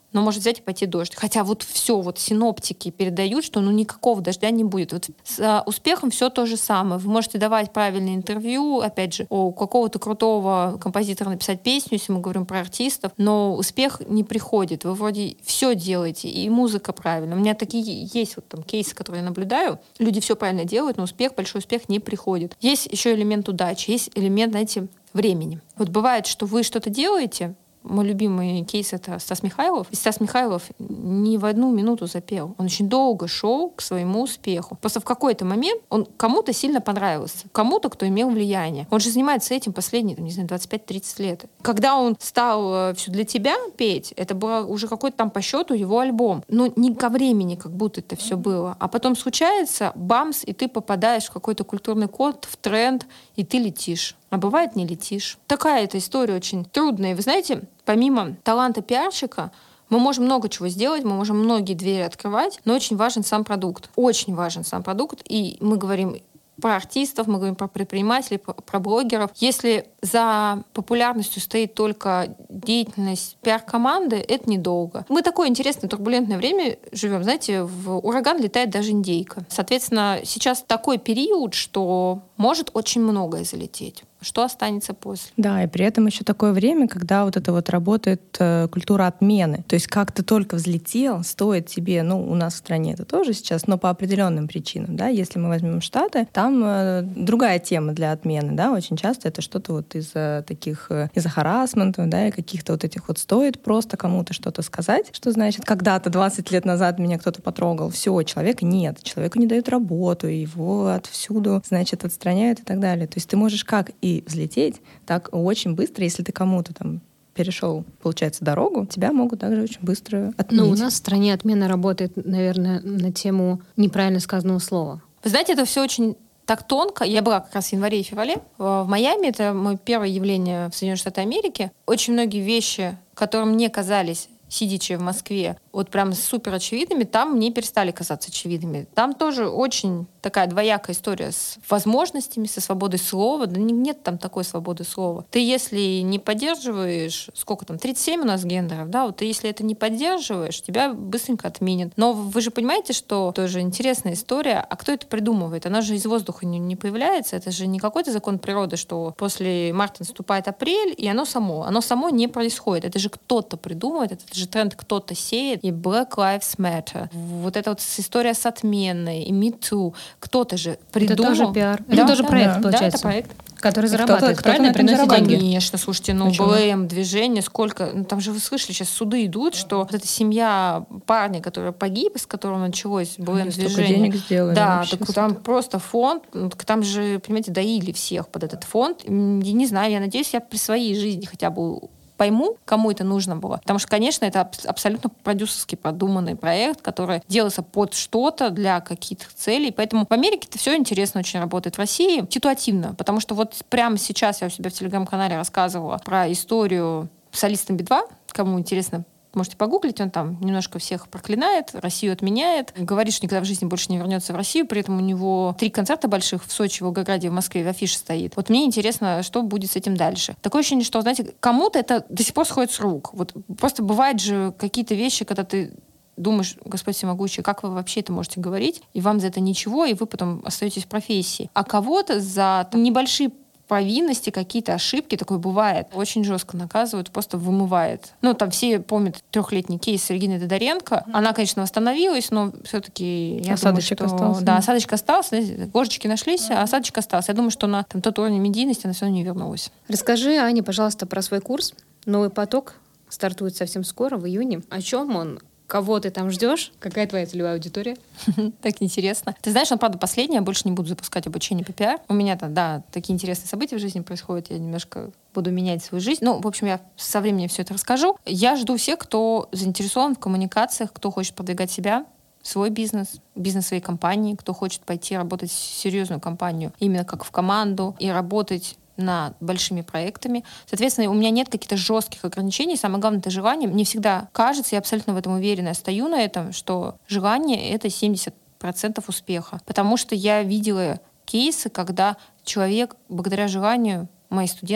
но может взять и пойти дождь. Хотя вот все, вот синоптики передают, что ну никакого дождя не будет. Вот с а, успехом все то же самое. Вы можете давать правильное интервью, опять же, у какого-то крутого композитора написать песню, если мы говорим про артистов, но успех не приходит. Вы вроде все делаете, и музыка правильно. У меня такие есть вот там кейсы, которые я наблюдаю. Люди все правильно делают, но успех, большой успех не приходит. Есть еще элемент удачи, есть элемент, знаете, времени. Вот бывает, что вы что-то делаете. Мой любимый кейс — это Стас Михайлов. И Стас Михайлов не в одну минуту запел. Он очень долго шел к своему успеху. Просто в какой-то момент он кому-то сильно понравился. Кому-то, кто имел влияние. Он же занимается этим последние, там, не знаю, двадцать пять тридцать лет. Когда он стал «Все для тебя» петь, это был уже какой-то там по счету его альбом. Но не ко времени как будто это все было. А потом случается бамс, и ты попадаешь в какой-то культурный код, в тренд, и ты летишь. А бывает, не летишь. Такая эта история очень трудная. И вы знаете, помимо таланта пиарщика, мы можем много чего сделать, мы можем многие двери открывать, но очень важен сам продукт. Очень важен сам продукт. И мы говорим про артистов, мы говорим про предпринимателей, про, про блогеров. Если за популярностью стоит только деятельность пиар-команды, это недолго. Мы такое интересное турбулентное время живем. Знаете, в ураган летает даже индейка. Соответственно, сейчас такой период, что может очень многое залететь. Что останется после? Да, и при этом еще такое время, когда вот это вот работает э, культура отмены. То есть как ты только взлетел, стоит тебе, ну, у нас в стране это тоже сейчас, но по определенным причинам, да, если мы возьмем Штаты, там э, другая тема для отмены, да, очень часто это что-то вот из-за таких, э, из-за харассментов, да, и каких-то вот этих вот стоит просто кому-то что-то сказать, что значит, когда-то двадцать лет назад меня кто-то потрогал, все, человека нет, человеку не дают работу, его отсюда, значит, отстраняют и так далее. То есть ты можешь как и взлететь так очень быстро, если ты кому-то там перешел, получается, дорогу, тебя могут также очень быстро отменить. Ну, у нас в стране отмена работает, наверное, на тему неправильно сказанного слова. Вы знаете, это все очень так тонко. Я была как раз в январе и феврале в Майами. Это мое первое явление в Соединенных Штатах Америки. Очень многие вещи, которые мне казались, сидячи в Москве, вот прям супер очевидными, там мне перестали казаться очевидными. Там тоже очень такая двоякая история с возможностями, со свободой слова. Да нет там такой свободы слова. Ты если не поддерживаешь, сколько там, тридцать семь у нас гендеров, да, вот ты если это не поддерживаешь, тебя быстренько отменят. Но вы же понимаете, что тоже интересная история, а кто это придумывает? Она же из воздуха не, не появляется, это же не какой-то закон природы, что после марта наступает апрель, и оно само. Оно само не происходит. Это же кто-то придумывает, это же тренд кто-то сеет, и Black Lives Matter. Вот эта вот история с отменой, и Me Too. Кто-то же придумал. Это тоже пиар. Да, это тоже да, проект, да, получается. Да, это проект. Который И зарабатывает, кто-то- правильно? кто-то на этом Приносит деньги. зарабатывает. Конечно, слушайте, ну, Почему? бэ эла эм-движение, сколько... Ну, там же вы слышали, сейчас суды идут, что вот эта семья парня, который погиб, с которого началось бэ эла Они столько эм-движение. денег сделали. Да, вообще, так супер. там просто фонд, ну, так там же, понимаете, доили всех под этот фонд. М, Я не знаю, я надеюсь, я при своей жизни хотя бы пойму, кому это нужно было. Потому что, конечно, это аб- абсолютно продюсерски продуманный проект, который делался под что-то для каких-то целей. Поэтому в Америке это все интересно очень работает. В России ситуативно, потому что вот прямо сейчас я у себя в телеграм-канале рассказывала про историю солиста Би два. Кому интересно, можете погуглить, он там немножко всех проклинает, Россию отменяет, говорит, что никогда в жизни больше не вернется в Россию, при этом у него три концерта больших в Сочи, в Волгограде, в Москве, в афише стоит. Вот мне интересно, что будет с этим дальше. Такое ощущение, что, знаете, кому-то это до сих пор сходит с рук. Вот просто бывают же какие-то вещи, когда ты думаешь, Господь всемогущий, как вы вообще это можете говорить, и вам за это ничего, и вы потом остаетесь в профессии. А кого-то за там, небольшие провинности, какие-то ошибки, такое бывает, очень жестко наказывают, просто вымывает. Ну, там все помнят трехлетний кейс с Региной Тодоренко. Она, конечно, восстановилась, но все-таки я Осадочек думаю, что... остался. Да, осадочек остался, знаете, ложечки нашлись, а осадочек остался. Я думаю, что на там, тот уровень медийности она все равно не вернулась. Расскажи, Аня, пожалуйста, про свой курс. Новый поток стартует совсем скоро, в июне. О чем он? Кого ты там ждешь? Какая твоя целевая аудитория? Так интересно. Ты знаешь, он, правда, последний, я больше не буду запускать обучение по пиар. У меня там, да, такие интересные события в жизни происходят, я немножко буду менять свою жизнь. Ну, в общем, я со временем все это расскажу. Я жду всех, кто заинтересован в коммуникациях, кто хочет продвигать себя, свой бизнес, бизнес своей компании, кто хочет пойти работать в серьезную компанию, именно как в команду, и работать над большими проектами. Соответственно, у меня нет каких-то жестких ограничений. Самое главное — это желание. Мне всегда кажется, я абсолютно в этом уверена, я стою на этом, что желание — это семьдесят процентов успеха. Потому что я видела кейсы, когда человек благодаря желанию, мои студенты,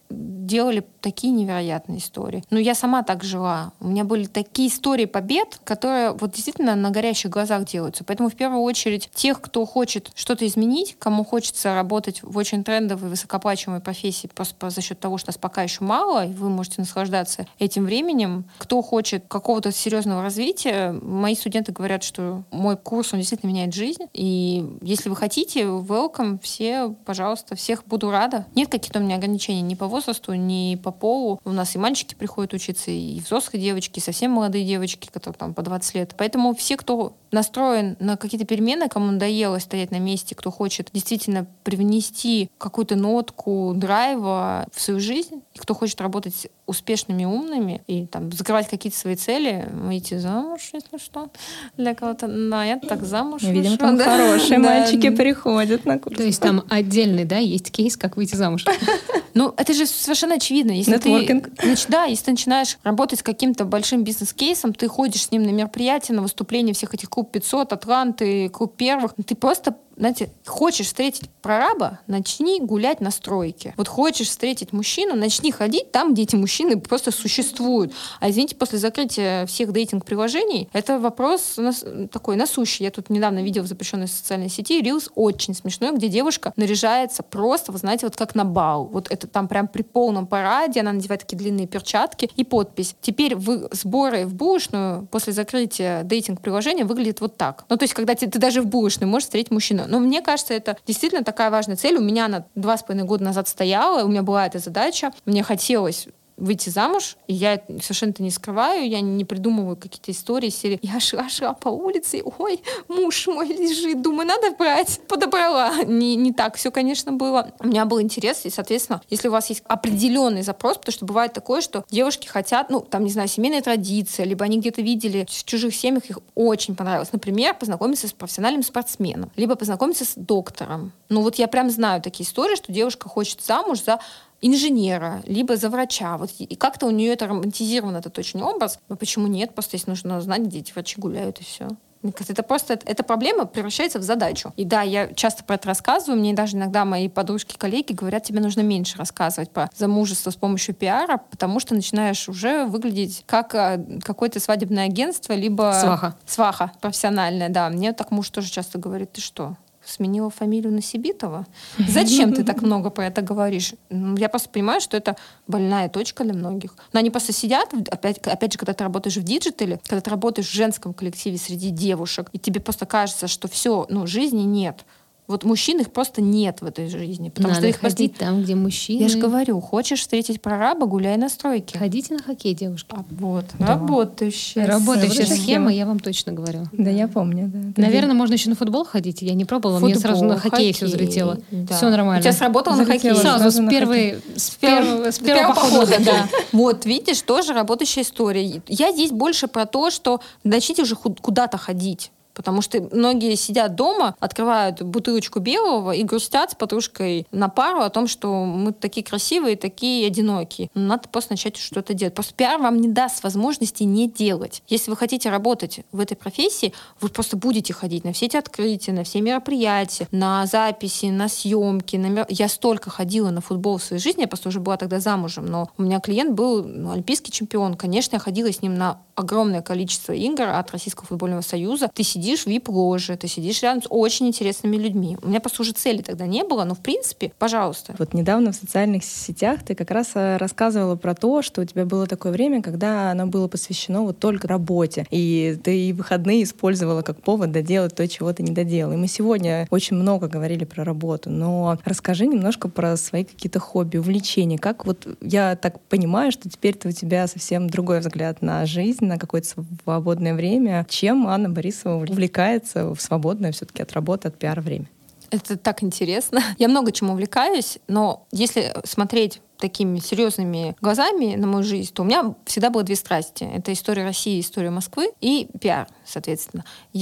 делали такие невероятные истории. Но я сама так жила. У меня были такие истории побед, которые вот действительно на горящих глазах делаются. Поэтому в первую очередь тех, кто хочет что-то изменить, кому хочется работать в очень трендовой, высокооплачиваемой профессии просто за счет того, что нас пока еще мало, и вы можете наслаждаться этим временем. Кто хочет какого-то серьезного развития, мои студенты говорят, что мой курс, он действительно меняет жизнь. И если вы хотите, welcome, все, пожалуйста, всех буду рада. Нет каких-то у меня ограничений ни по возрасту, ни по полу. У нас и мальчики приходят учиться, и взрослые девочки, и совсем молодые девочки, которые там по двадцать лет. Поэтому все, кто настроен на какие-то перемены, кому надоело стоять на месте, кто хочет действительно привнести какую-то нотку драйва в свою жизнь, и кто хочет работать успешными, умными и там закрывать какие-то свои цели, выйти замуж, если что, для кого-то. Да, я так замуж Видимо, вышла, там да. хорошие Да. мальчики приходят на курс. То есть там отдельный, да, есть кейс, как выйти замуж. Ну, это же совершенно очевидно. Если ты, Нетворкинг. нач- да, если ты начинаешь работать с каким-то большим бизнес-кейсом, ты ходишь с ним на мероприятия, на выступления всех этих клуб пятьсот, Атланты, клуб первых, ты просто, знаете, хочешь встретить прораба, начни гулять на стройке. Вот хочешь встретить мужчину, начни ходить там, где эти мужчины просто существуют. А извините, после закрытия всех дейтинг-приложений, это вопрос нас, такой насущий. Я тут недавно видела в запрещенной социальной сети рилс очень смешной, где девушка наряжается просто, вы знаете, вот как на бал. Вот это там прям при полном параде, она надевает такие длинные перчатки и подпись. Теперь вы сборы в булочную после закрытия дейтинг-приложения выглядят вот так. Ну, то есть, когда ты, ты даже в булочной можешь встретить мужчину. Но мне кажется, это действительно такая важная цель. У меня она два с половиной года назад стояла, у меня была эта задача. Мне хотелось выйти замуж, и я совершенно это не скрываю, я не придумываю какие-то истории серии. Я шла-шла по улице, и, ой, муж мой лежит, думаю, надо брать. Подобрала. Не, не так все, конечно, было. У меня был интерес, и, соответственно, если у вас есть определенный запрос, потому что бывает такое, что девушки хотят, ну, там, не знаю, семейная традиция, либо они где-то видели в чужих семьях, их очень понравилось. Например, познакомиться с профессиональным спортсменом, либо познакомиться с доктором. Ну, вот я прям знаю такие истории, что девушка хочет замуж за инженера, либо за врача. Вот, и как-то у нее это романтизирован, этот очень образ. Но почему нет? Просто если нужно знать, где эти врачи гуляют, и все. Мне кажется, это просто, это, эта проблема превращается в задачу. И да, я часто про это рассказываю. Мне даже иногда мои подружки, коллеги говорят, тебе нужно меньше рассказывать про замужество с помощью пиара, потому что начинаешь уже выглядеть как а, какое-то свадебное агентство, либо... Сваха. Сваха профессиональная, да. Мне так муж тоже часто говорит, ты что, сменила фамилию на Сибитова? Зачем ты так много про это говоришь? Я просто понимаю, что это больная точка для многих. Но они просто сидят, опять, опять же, когда ты работаешь в диджитале, когда ты работаешь в женском коллективе среди девушек, и тебе просто кажется, что все, ну, жизни нет. Вот мужчин их просто нет в этой жизни. Потому Надо что их ходить просто... там, где мужчины. Я же говорю, хочешь встретить прораба, гуляй на стройке. Ходите на хоккей, девушки. А вот, Да. работающая. Работающая Работающая схема, схема. я вам точно говорю. Да, я помню, да. Это Наверное, можно еще на футбол ходить. Я не пробовала, мне сразу на хоккей, все залетело. Да. Все нормально. У тебя сработало на хоккей? Залетело. Сразу Сразу с на первой, с первого, с С первого похода, да. Вот, видишь, тоже работающая история. Я здесь больше про то, что начните уже худ- куда-то ходить. Потому что многие сидят дома, открывают бутылочку белого и грустят с подружкой на пару о том, что мы такие красивые, такие одинокие. Но надо просто начать что-то делать. Просто пиар вам не даст возможности не делать. Если вы хотите работать в этой профессии, вы просто будете ходить на все эти открытия, на все мероприятия, на записи, на съемки. На мер... Я столько ходила на футбол в своей жизни, я просто уже была тогда замужем, но у меня клиент был ну, олимпийский чемпион. Конечно, я ходила с ним на огромное количество игр от Российского футбольного союза. Ты сидишь в вип-ложе, ты сидишь рядом с очень интересными людьми. У меня, просто уже цели тогда не было, но, в принципе, пожалуйста. Вот недавно в социальных сетях ты как раз э, рассказывала про то, что у тебя было такое время, когда оно было посвящено вот только работе. И ты и выходные использовала как повод доделать то, чего ты не доделала. И мы сегодня очень много говорили про работу, но расскажи немножко про свои какие-то хобби, увлечения. Как вот я так понимаю, что теперь-то у тебя совсем другой взгляд на жизнь, на какое-то свободное время. Чем Анна Борисова увлекается в свободное все-таки от работы, от пиара время? Это так интересно. Я много чем увлекаюсь, но если смотреть такими серьезными глазами на мою жизнь, то у меня всегда было две страсти. Это история России, история Москвы и пиар, соответственно. Я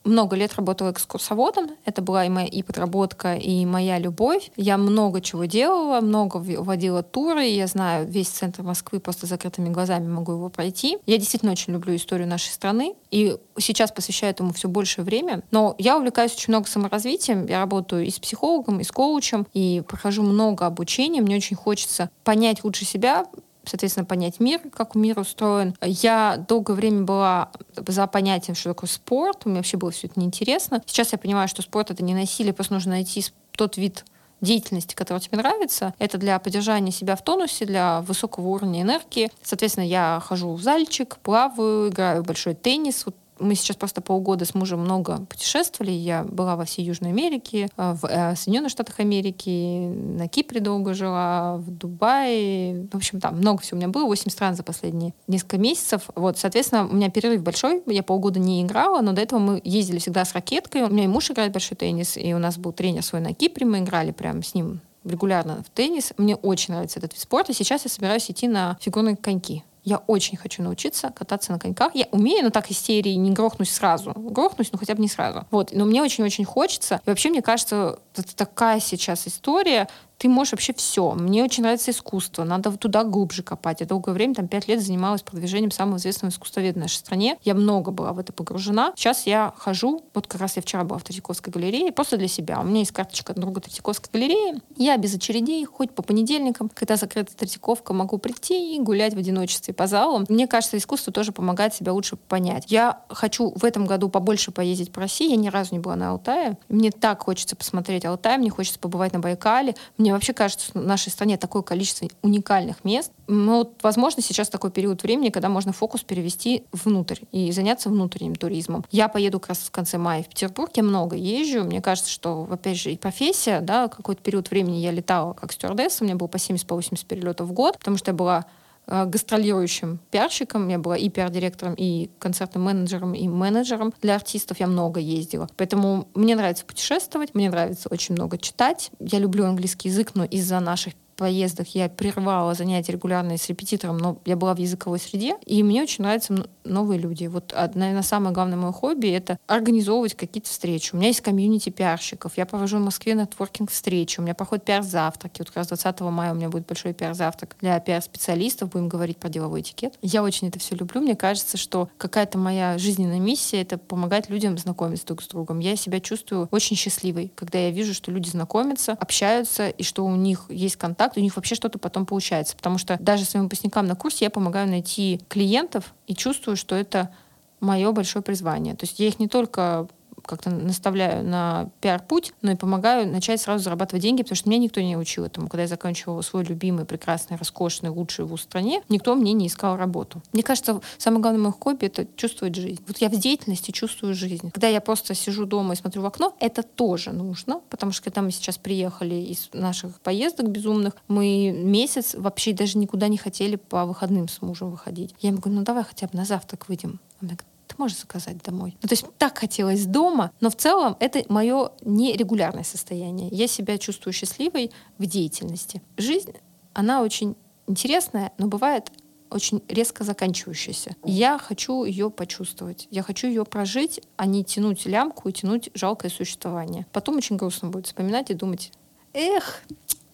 много лет работала экскурсоводом. Это была и моя и подработка, и моя любовь. Я много чего делала, много водила туры. Я знаю весь центр Москвы просто закрытыми глазами могу его пройти. Я действительно очень люблю историю нашей страны. И сейчас посвящаю этому все больше время. Но я увлекаюсь очень много саморазвитием. Я работаю и с психологом, и с коучем, и прохожу много обучения. Мне очень хочется понять лучше себя, соответственно, понять мир, как мир устроен. Я долгое время была за понятием, что такое спорт. Мне вообще было все это неинтересно. Сейчас я понимаю, что спорт — это не насилие, просто нужно найти тот вид деятельности, который тебе нравится. Это для поддержания себя в тонусе, для высокого уровня энергии. Соответственно, я хожу в зальчик, плаваю, играю в большой теннис. Вот мы сейчас просто полгода с мужем много путешествовали. Я была во всей Южной Америке, в э, Соединенных Штатах Америки, на Кипре долго жила, в Дубае. В общем, там много всего у меня было. восемь стран за последние несколько месяцев. Вот, соответственно, у меня перерыв большой. Я полгода не играла, но до этого мы ездили всегда с ракеткой. У меня и муж играет в большой теннис, и у нас был тренер свой на Кипре. Мы играли прямо с ним регулярно в теннис. Мне очень нравится этот вид спорта. Сейчас я собираюсь идти на фигурные коньки. Я очень хочу научиться кататься на коньках. Я умею, но так истерии не грохнусь сразу. Грохнусь, но хотя бы не сразу. Вот. Но мне очень-очень хочется. И вообще, мне кажется, это такая сейчас история. Ты можешь вообще все. Мне очень нравится искусство. Надо туда глубже копать. Я долгое время, там, пять лет занималась продвижением самого известного искусствоведа в нашей стране. Я много была в это погружена. Сейчас я хожу, вот как раз я вчера была в Третьяковской галерее, просто для себя. У меня есть карточка друга Третьяковской галереи. Я без очередей, хоть по понедельникам, когда закрыта Третьяковка, могу прийти и гулять в одиночестве по залам. Мне кажется, искусство тоже помогает себя лучше понять. Я хочу в этом году побольше поездить по России. Я ни разу не была на Алтае. Мне так хочется посмотреть Алтай, мне хочется побывать на Байкале. Мне вообще кажется, что в нашей стране такое количество уникальных мест. Но, вот, возможно, сейчас такой период времени, когда можно фокус перевести внутрь и заняться внутренним туризмом. Я поеду как раз в конце мая в Петербург. Я много езжу. Мне кажется, что, опять же, и профессия, да, какой-то период времени я летала как стюардесса. У меня было по семьдесят-восемьдесят перелетов в год, потому что я была гастролирующим пиарщиком. Я была и пиар-директором, и концертным менеджером, и менеджером для артистов. Я много ездила. Поэтому мне нравится путешествовать, мне нравится очень много читать. Я люблю английский язык, но из-за наших поездок я прервала занятия регулярные с репетитором, но я была в языковой среде, и мне очень нравятся новые люди. Вот, наверное, самое главное мое хобби — это организовывать какие-то встречи. У меня есть комьюнити пиарщиков, я провожу в Москве нетворкинг-встречи, у меня проходят пиар-завтраки. Вот как раз двадцатого мая у меня будет большой пиар-завтрак для пиар-специалистов, будем говорить про деловой этикет. Я очень это все люблю. Мне кажется, что какая-то моя жизненная миссия — это помогать людям знакомиться друг с другом. Я себя чувствую очень счастливой, когда я вижу, что люди знакомятся, общаются, и что у них есть контакт, у них вообще что-то потом получается. Потому что даже своим выпускникам на курсе я помогаю найти клиентов и чувствую, что это мое большое призвание. То есть я их не только как-то наставляю на пиар-путь, но и помогаю начать сразу зарабатывать деньги, потому что меня никто не учил этому. Когда я заканчивала свой любимый, прекрасный, роскошный, лучший вуз в стране, никто мне не искал работу. Мне кажется, самое главное мое хобби — это чувствовать жизнь. Вот я в деятельности чувствую жизнь. Когда я просто сижу дома и смотрю в окно, это тоже нужно, потому что когда мы сейчас приехали из наших поездок безумных, мы месяц вообще даже никуда не хотели по выходным с мужем выходить. Я ему говорю, ну давай хотя бы на завтрак выйдем. Он мне говорит, ты можешь заказать домой. Ну, то есть так хотелось дома, но в целом это мое нерегулярное состояние. Я себя чувствую счастливой в деятельности. Жизнь, она очень интересная, но бывает очень резко заканчивающаяся. Я хочу ее почувствовать. Я хочу ее прожить, а не тянуть лямку и тянуть жалкое существование. Потом очень грустно будет вспоминать и думать, эх,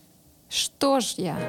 что ж я...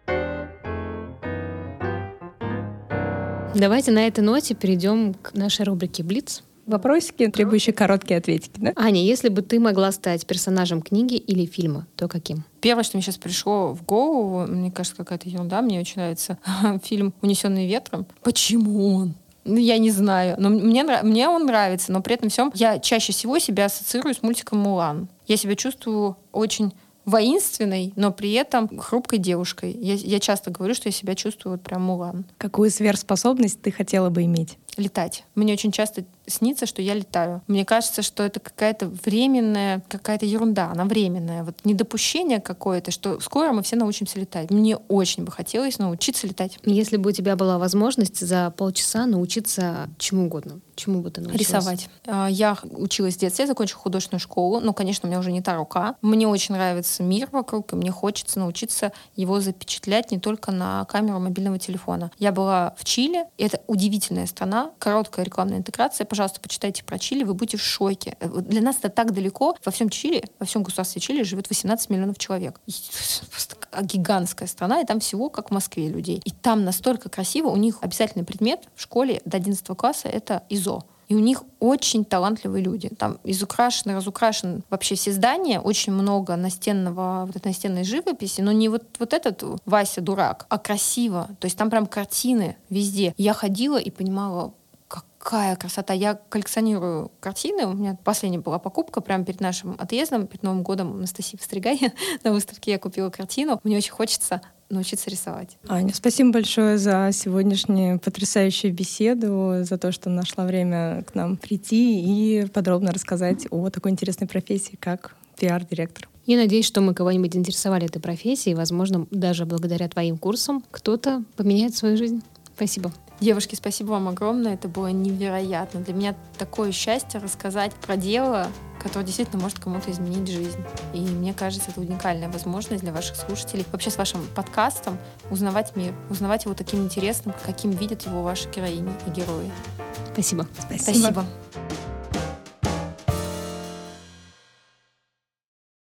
Давайте на этой ноте перейдем к нашей рубрике «Блиц». Вопросики, требующие короткие ответики, да? Аня, если бы ты могла стать персонажем книги или фильма, то каким? Первое, что мне сейчас пришло в голову, мне кажется, какая-то ерунда, мне очень нравится фильм «Унесенный ветром». Почему он? Ну, я не знаю. Но мне, мне он нравится, но при этом всем я чаще всего себя ассоциирую с мультиком «Мулан». Я себя чувствую очень воинственной, но при этом хрупкой девушкой. Я, я часто говорю, что я себя чувствую вот прям Мулан. Какую сверхспособность ты хотела бы иметь? Летать. Мне очень часто снится, что я летаю. Мне кажется, что это какая-то временная, какая-то ерунда, она временная. Вот недопущение какое-то, что скоро мы все научимся летать. Мне очень бы хотелось научиться летать. Если бы у тебя была возможность за полчаса научиться чему угодно, Чему бы ты научилась? Рисовать. А, Я училась в детстве, я закончила художественную школу, но, конечно, у меня уже не та рука. Мне очень нравится мир вокруг, и мне хочется научиться его запечатлять не только на камеру мобильного телефона. Я была в Чили, и это удивительная страна, короткая рекламная интеграция. Пожалуйста, почитайте про Чили, вы будете в шоке. Для нас это так далеко. Во всем Чили, во всем государстве Чили живет восемнадцать миллионов человек. И просто гигантская страна, и там всего как в Москве людей. И там настолько красиво, у них обязательный предмет в школе до одиннадцатого класса — это ИЗО. И у них очень талантливые люди. Там изукрашены, разукрашены вообще все здания, очень много настенного, вот этой настенной живописи, но не вот, вот этот Вася дурак, а красиво. То есть там прям картины везде. Я ходила и понимала, какая красота. Я коллекционирую картины. У меня последняя была покупка прямо перед нашим отъездом, перед Новым годом Анастасии Постригай на выставке я купила картину. Мне очень хочется научиться рисовать. Аня, спасибо большое за сегодняшнюю потрясающую беседу, за то, что нашла время к нам прийти и подробно рассказать о такой интересной профессии, как пиар-директор. Я надеюсь, что мы кого-нибудь интересовали этой профессией, и, возможно, даже благодаря твоим курсам кто-то поменяет свою жизнь. Спасибо. Девушки, спасибо вам огромное. Это было невероятно. Для меня такое счастье рассказать про дело, которое действительно может кому-то изменить жизнь. И мне кажется, это уникальная возможность для ваших слушателей вообще с вашим подкастом узнавать мир, узнавать его таким интересным, каким видят его ваши героини и герои. Спасибо. Спасибо. Спасибо.